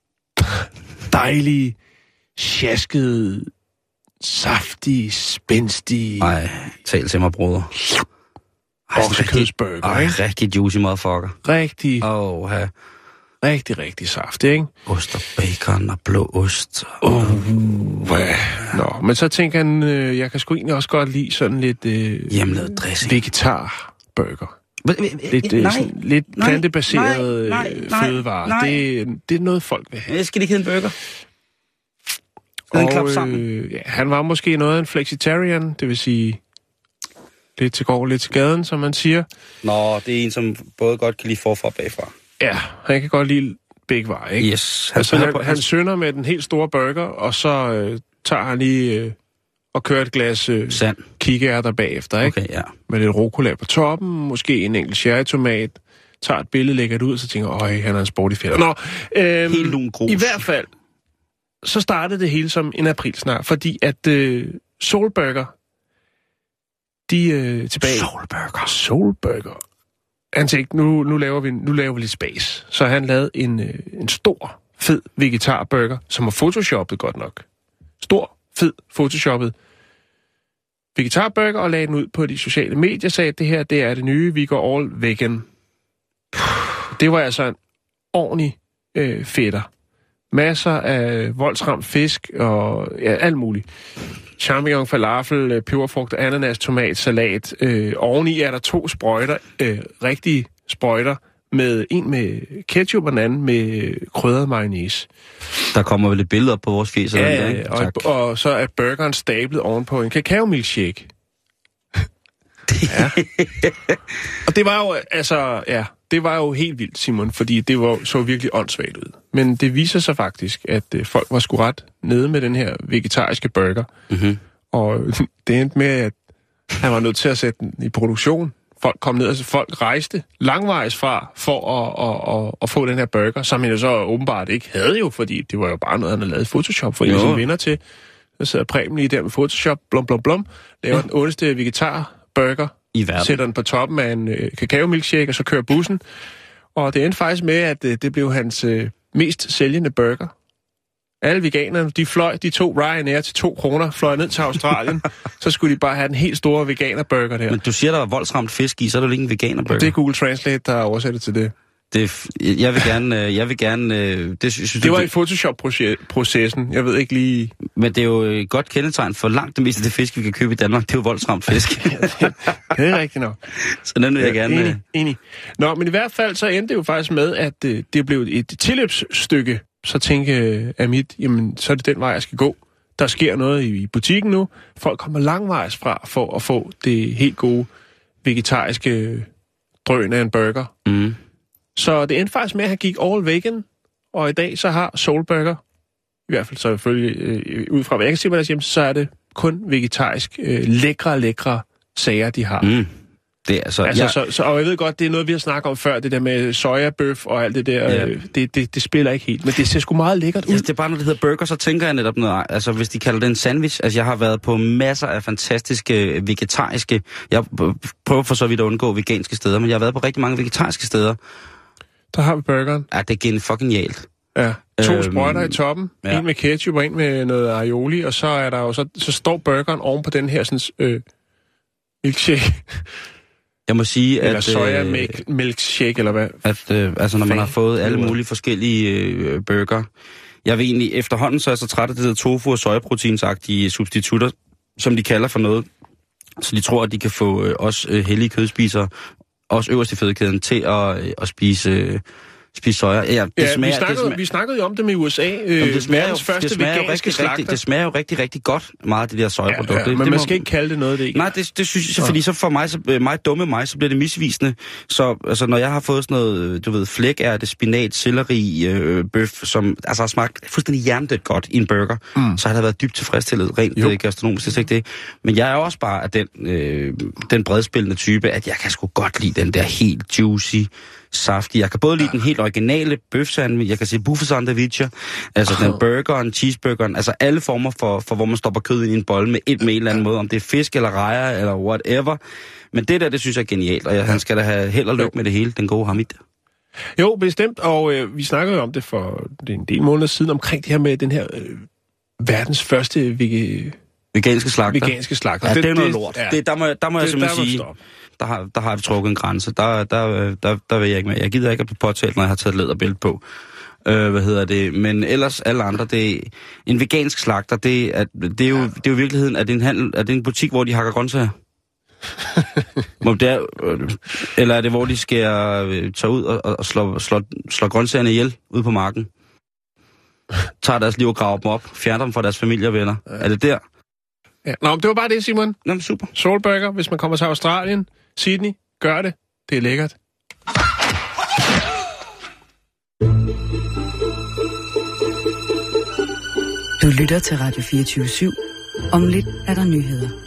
Dejlige, sjaskede, saftige, spændstige... Ej, tal til mig, broder. oksekødsburger, ikke? Rigtig juicy motherfucker. Rigtig, Åh, ja. rigtig, rigtig saftig, ikke? Ost og bacon og blå ost. Uh, ja. Nå, men så tænker han, øh, jeg kan sgu egentlig også godt lide sådan lidt øh, hjemmelavet dressing. Vegetarburger. Lidt, nej, sådan, lidt nej, plantebaseret nej, nej, nej, fødevarer. nej. Det, det er noget, folk vil have. Jeg skal ikke hedde en burger. Og, en klap sammen. Øh, ja, han var måske noget af en flexitarian, det vil sige lidt til gård, lidt til gaden, som man siger. Nå, det er en, som både godt kan lide forfra og bagfra. Ja, han kan godt lide begge veje, ikke? Yes. Han, altså, han, han, han sønder med den helt store burger, og så øh, tager han lige øh, og kører et glas øh, sand kikærter bagefter, ikke? Okay, ja. Med lidt rucola på toppen, måske en enkelt cherrytomat, tager et billede, lægger det ud, og så tænker øj, han er en sporty fætter. Nå, øh, helt lun grus. I hvert fald, så startede det hele som en aprilsnar, fordi at øh, Solburger, de øh, tilbage... Solburger. Solburger. Han tænkte, nu, nu, laver vi, nu laver vi lidt space. Så han lavede en, øh, en stor, fed vegetarburger, som var photoshoppet godt nok. Stor, fed, photoshoppet vegetarburger, og lagde den ud på de sociale medier, sagde, at det her, det er det nye, vi går all vegan. Det var altså en ordentlig øh, fætter. Masser af voldsramt fisk og ja, alt muligt. Champignon, falafel, peberfrugt, ananas, tomat, salat. Øh, oveni er der to sprøjter, øh, rigtige sprøjter, med en med ketchup og en anden med krydret mayonnaise. Der kommer vel et billede op på vores fjes. Ja, der, ikke? Og, og så er burgeren stablet ovenpå en kakao-milkshake. Ja. Og det var jo, altså, ja, det var jo helt vildt, Simon, fordi det var, så virkelig åndssvagt ud. Men det viser sig faktisk, at øh, folk var sgu ret nede med den her vegetariske burger. Mm-hmm. Og det endte med, at han var nødt til at sætte den i produktion. Folk kom ned, altså folk rejste langvejs fra for at, at, at, at få den her burger, som han jo så åbenbart ikke havde jo, fordi det var jo bare noget, han havde lavet i Photoshop for en som vinder til. Så sidder Preben lige der med Photoshop, blum blum blum, laver ja. den ondeste vegetarburger, i verden. Sætter den på toppen af en øh, kakao-milkshake, og så kører bussen. Og det endte faktisk med, at øh, det blev hans øh, mest sælgende burger. Alle veganerne, de fløj, de tog Ryanair til to kroner, fløj ned til Australien, så skulle de bare have den helt store veganerburger der. Men du siger, der var voldsramt fisk i, så er der jo ikke en veganerburger. Det er Google Translate, der oversætter til det. Det, jeg vil gerne, jeg vil gerne, det synes det var i Photoshop-processen, jeg ved ikke lige... Men det er jo et godt kendetegn for langt det meste af det fisk, vi kan købe i Danmark, det er jo voldsramt fisk. Ja, det, det er rigtigt nok. Så den vil jeg gerne... Enig, enig. Nå, men i hvert fald så endte det jo faktisk med, at øh, det blev et tilløbsstykke. Så tænkte øh, Amit, jamen så er det den vej, jeg skal gå. Der sker noget i, i butikken nu. Folk kommer langvejs fra for at få det helt gode vegetariske drøn af en burger. Mm. Så det endte faktisk med, at han gik all vegan, og i dag så har Solburger, i hvert fald så selvfølgelig øh, ud fra hvad jeg kan se på deres hjem, så er det kun vegetarisk øh, lækre, lækre sager, de har. Mm. Det er altså, altså jeg... så, så, og jeg ved godt, det er noget, vi har snakket om før, det der med sojabøf og alt det der, ja. øh, det, det, det spiller ikke helt, men det ser sgu meget lækkert ud. Ja, det er bare, når det hedder burger, så tænker jeg netop noget, altså hvis de kalder det en sandwich, altså jeg har været på masser af fantastiske vegetariske, jeg prøver for så vidt at undgå veganske steder, men jeg har været på rigtig mange vegetariske steder. Der har vi burgeren. Ja, det er fucking genialt. Ja, to øhm, sprøjter i toppen, ja. En med ketchup og en med noget aioli, og så er der jo så, så står burgeren oven på den her sådan, øh, milkshake. Jeg må sige, eller at... Eller soja øh, milkshake, eller hvad? At, øh, altså, når man har fået alle mulige forskellige øh, burger. Jeg vil egentlig, efterhånden så er jeg så træt af det der tofu- og sojaproteinsagtige substitutter, som de kalder for noget. Så de tror, at de kan få øh, os øh, hellige kødspisere, også øverst i fødekæden, til at, øh, at spise... Øh, spise soja. Ja, det ja smager, vi, snakkede, det smager, vi snakkede jo om det med U S A. Øh, det smager, jo, første det, smager jo rigtig, rigtig, det smager jo rigtig, rigtig godt, meget af det der sojaprodukt. Ja, ja, men det, det man må, skal ikke kalde det noget, det ikke. Nej, det, det synes jeg, fordi så for mig, så, mig dumme mig, så bliver det misvisende. Så altså, når jeg har fået sådan noget, du ved, flækærte, spinat, selleri, øh, bøf, som altså har smagt fuldstændig hjernedødt godt i en burger, mm. så har det været dybt tilfredsstillet, rent øh, gastronomisk, det er ikke det. Men jeg er også bare af den, øh, den bredspillende type, at jeg kan sgu godt lide den der helt juicy, saftig. Jeg kan både lide den helt originale bøfsandwich, jeg kan sige buffet sandwicher, altså den burgeren, cheeseburgeren, altså alle former for, for hvor man stopper kød i en bolle med et med en eller anden måde, om det er fisk eller rejer eller whatever. Men det der, det synes jeg er genialt, og jeg, han skal da have held og lykke med det hele, den gode Hamid. Jo, bestemt, og øh, vi snakkede jo om det for en del måneder siden, omkring det her med den her øh, verdens første vege... Veganske slagter. Veganske slagter. Ja, det, det er noget det, lort. Ja. Det, der må, der må det, jeg simpelthen sige... der har, der har vi trukket en grænse. Der, der, der, der vil jeg ikke med. Jeg gider ikke at blive påtalt, når jeg har taget læderbælte på. Øh, hvad hedder det? Men ellers alle andre, det er en vegansk slagter, det er, det er jo, det er jo i virkeligheden, er det en handel, er det en butik, hvor de hakker grøntsager? det er, eller er det, hvor de skal tage ud og, og slå, slå, slå grøntsagerne ihjel ude på marken? Tager deres liv og graver dem op, fjerner dem fra deres familie og venner. Ja. Er det der? Ja. Nå, det var bare det, Simon. Nå, super. Solburger, hvis man kommer til Australien, Sydney, gør det. Det er lækkert. Du lytter til Radio fireogtyve syv. Om lidt er der nyheder.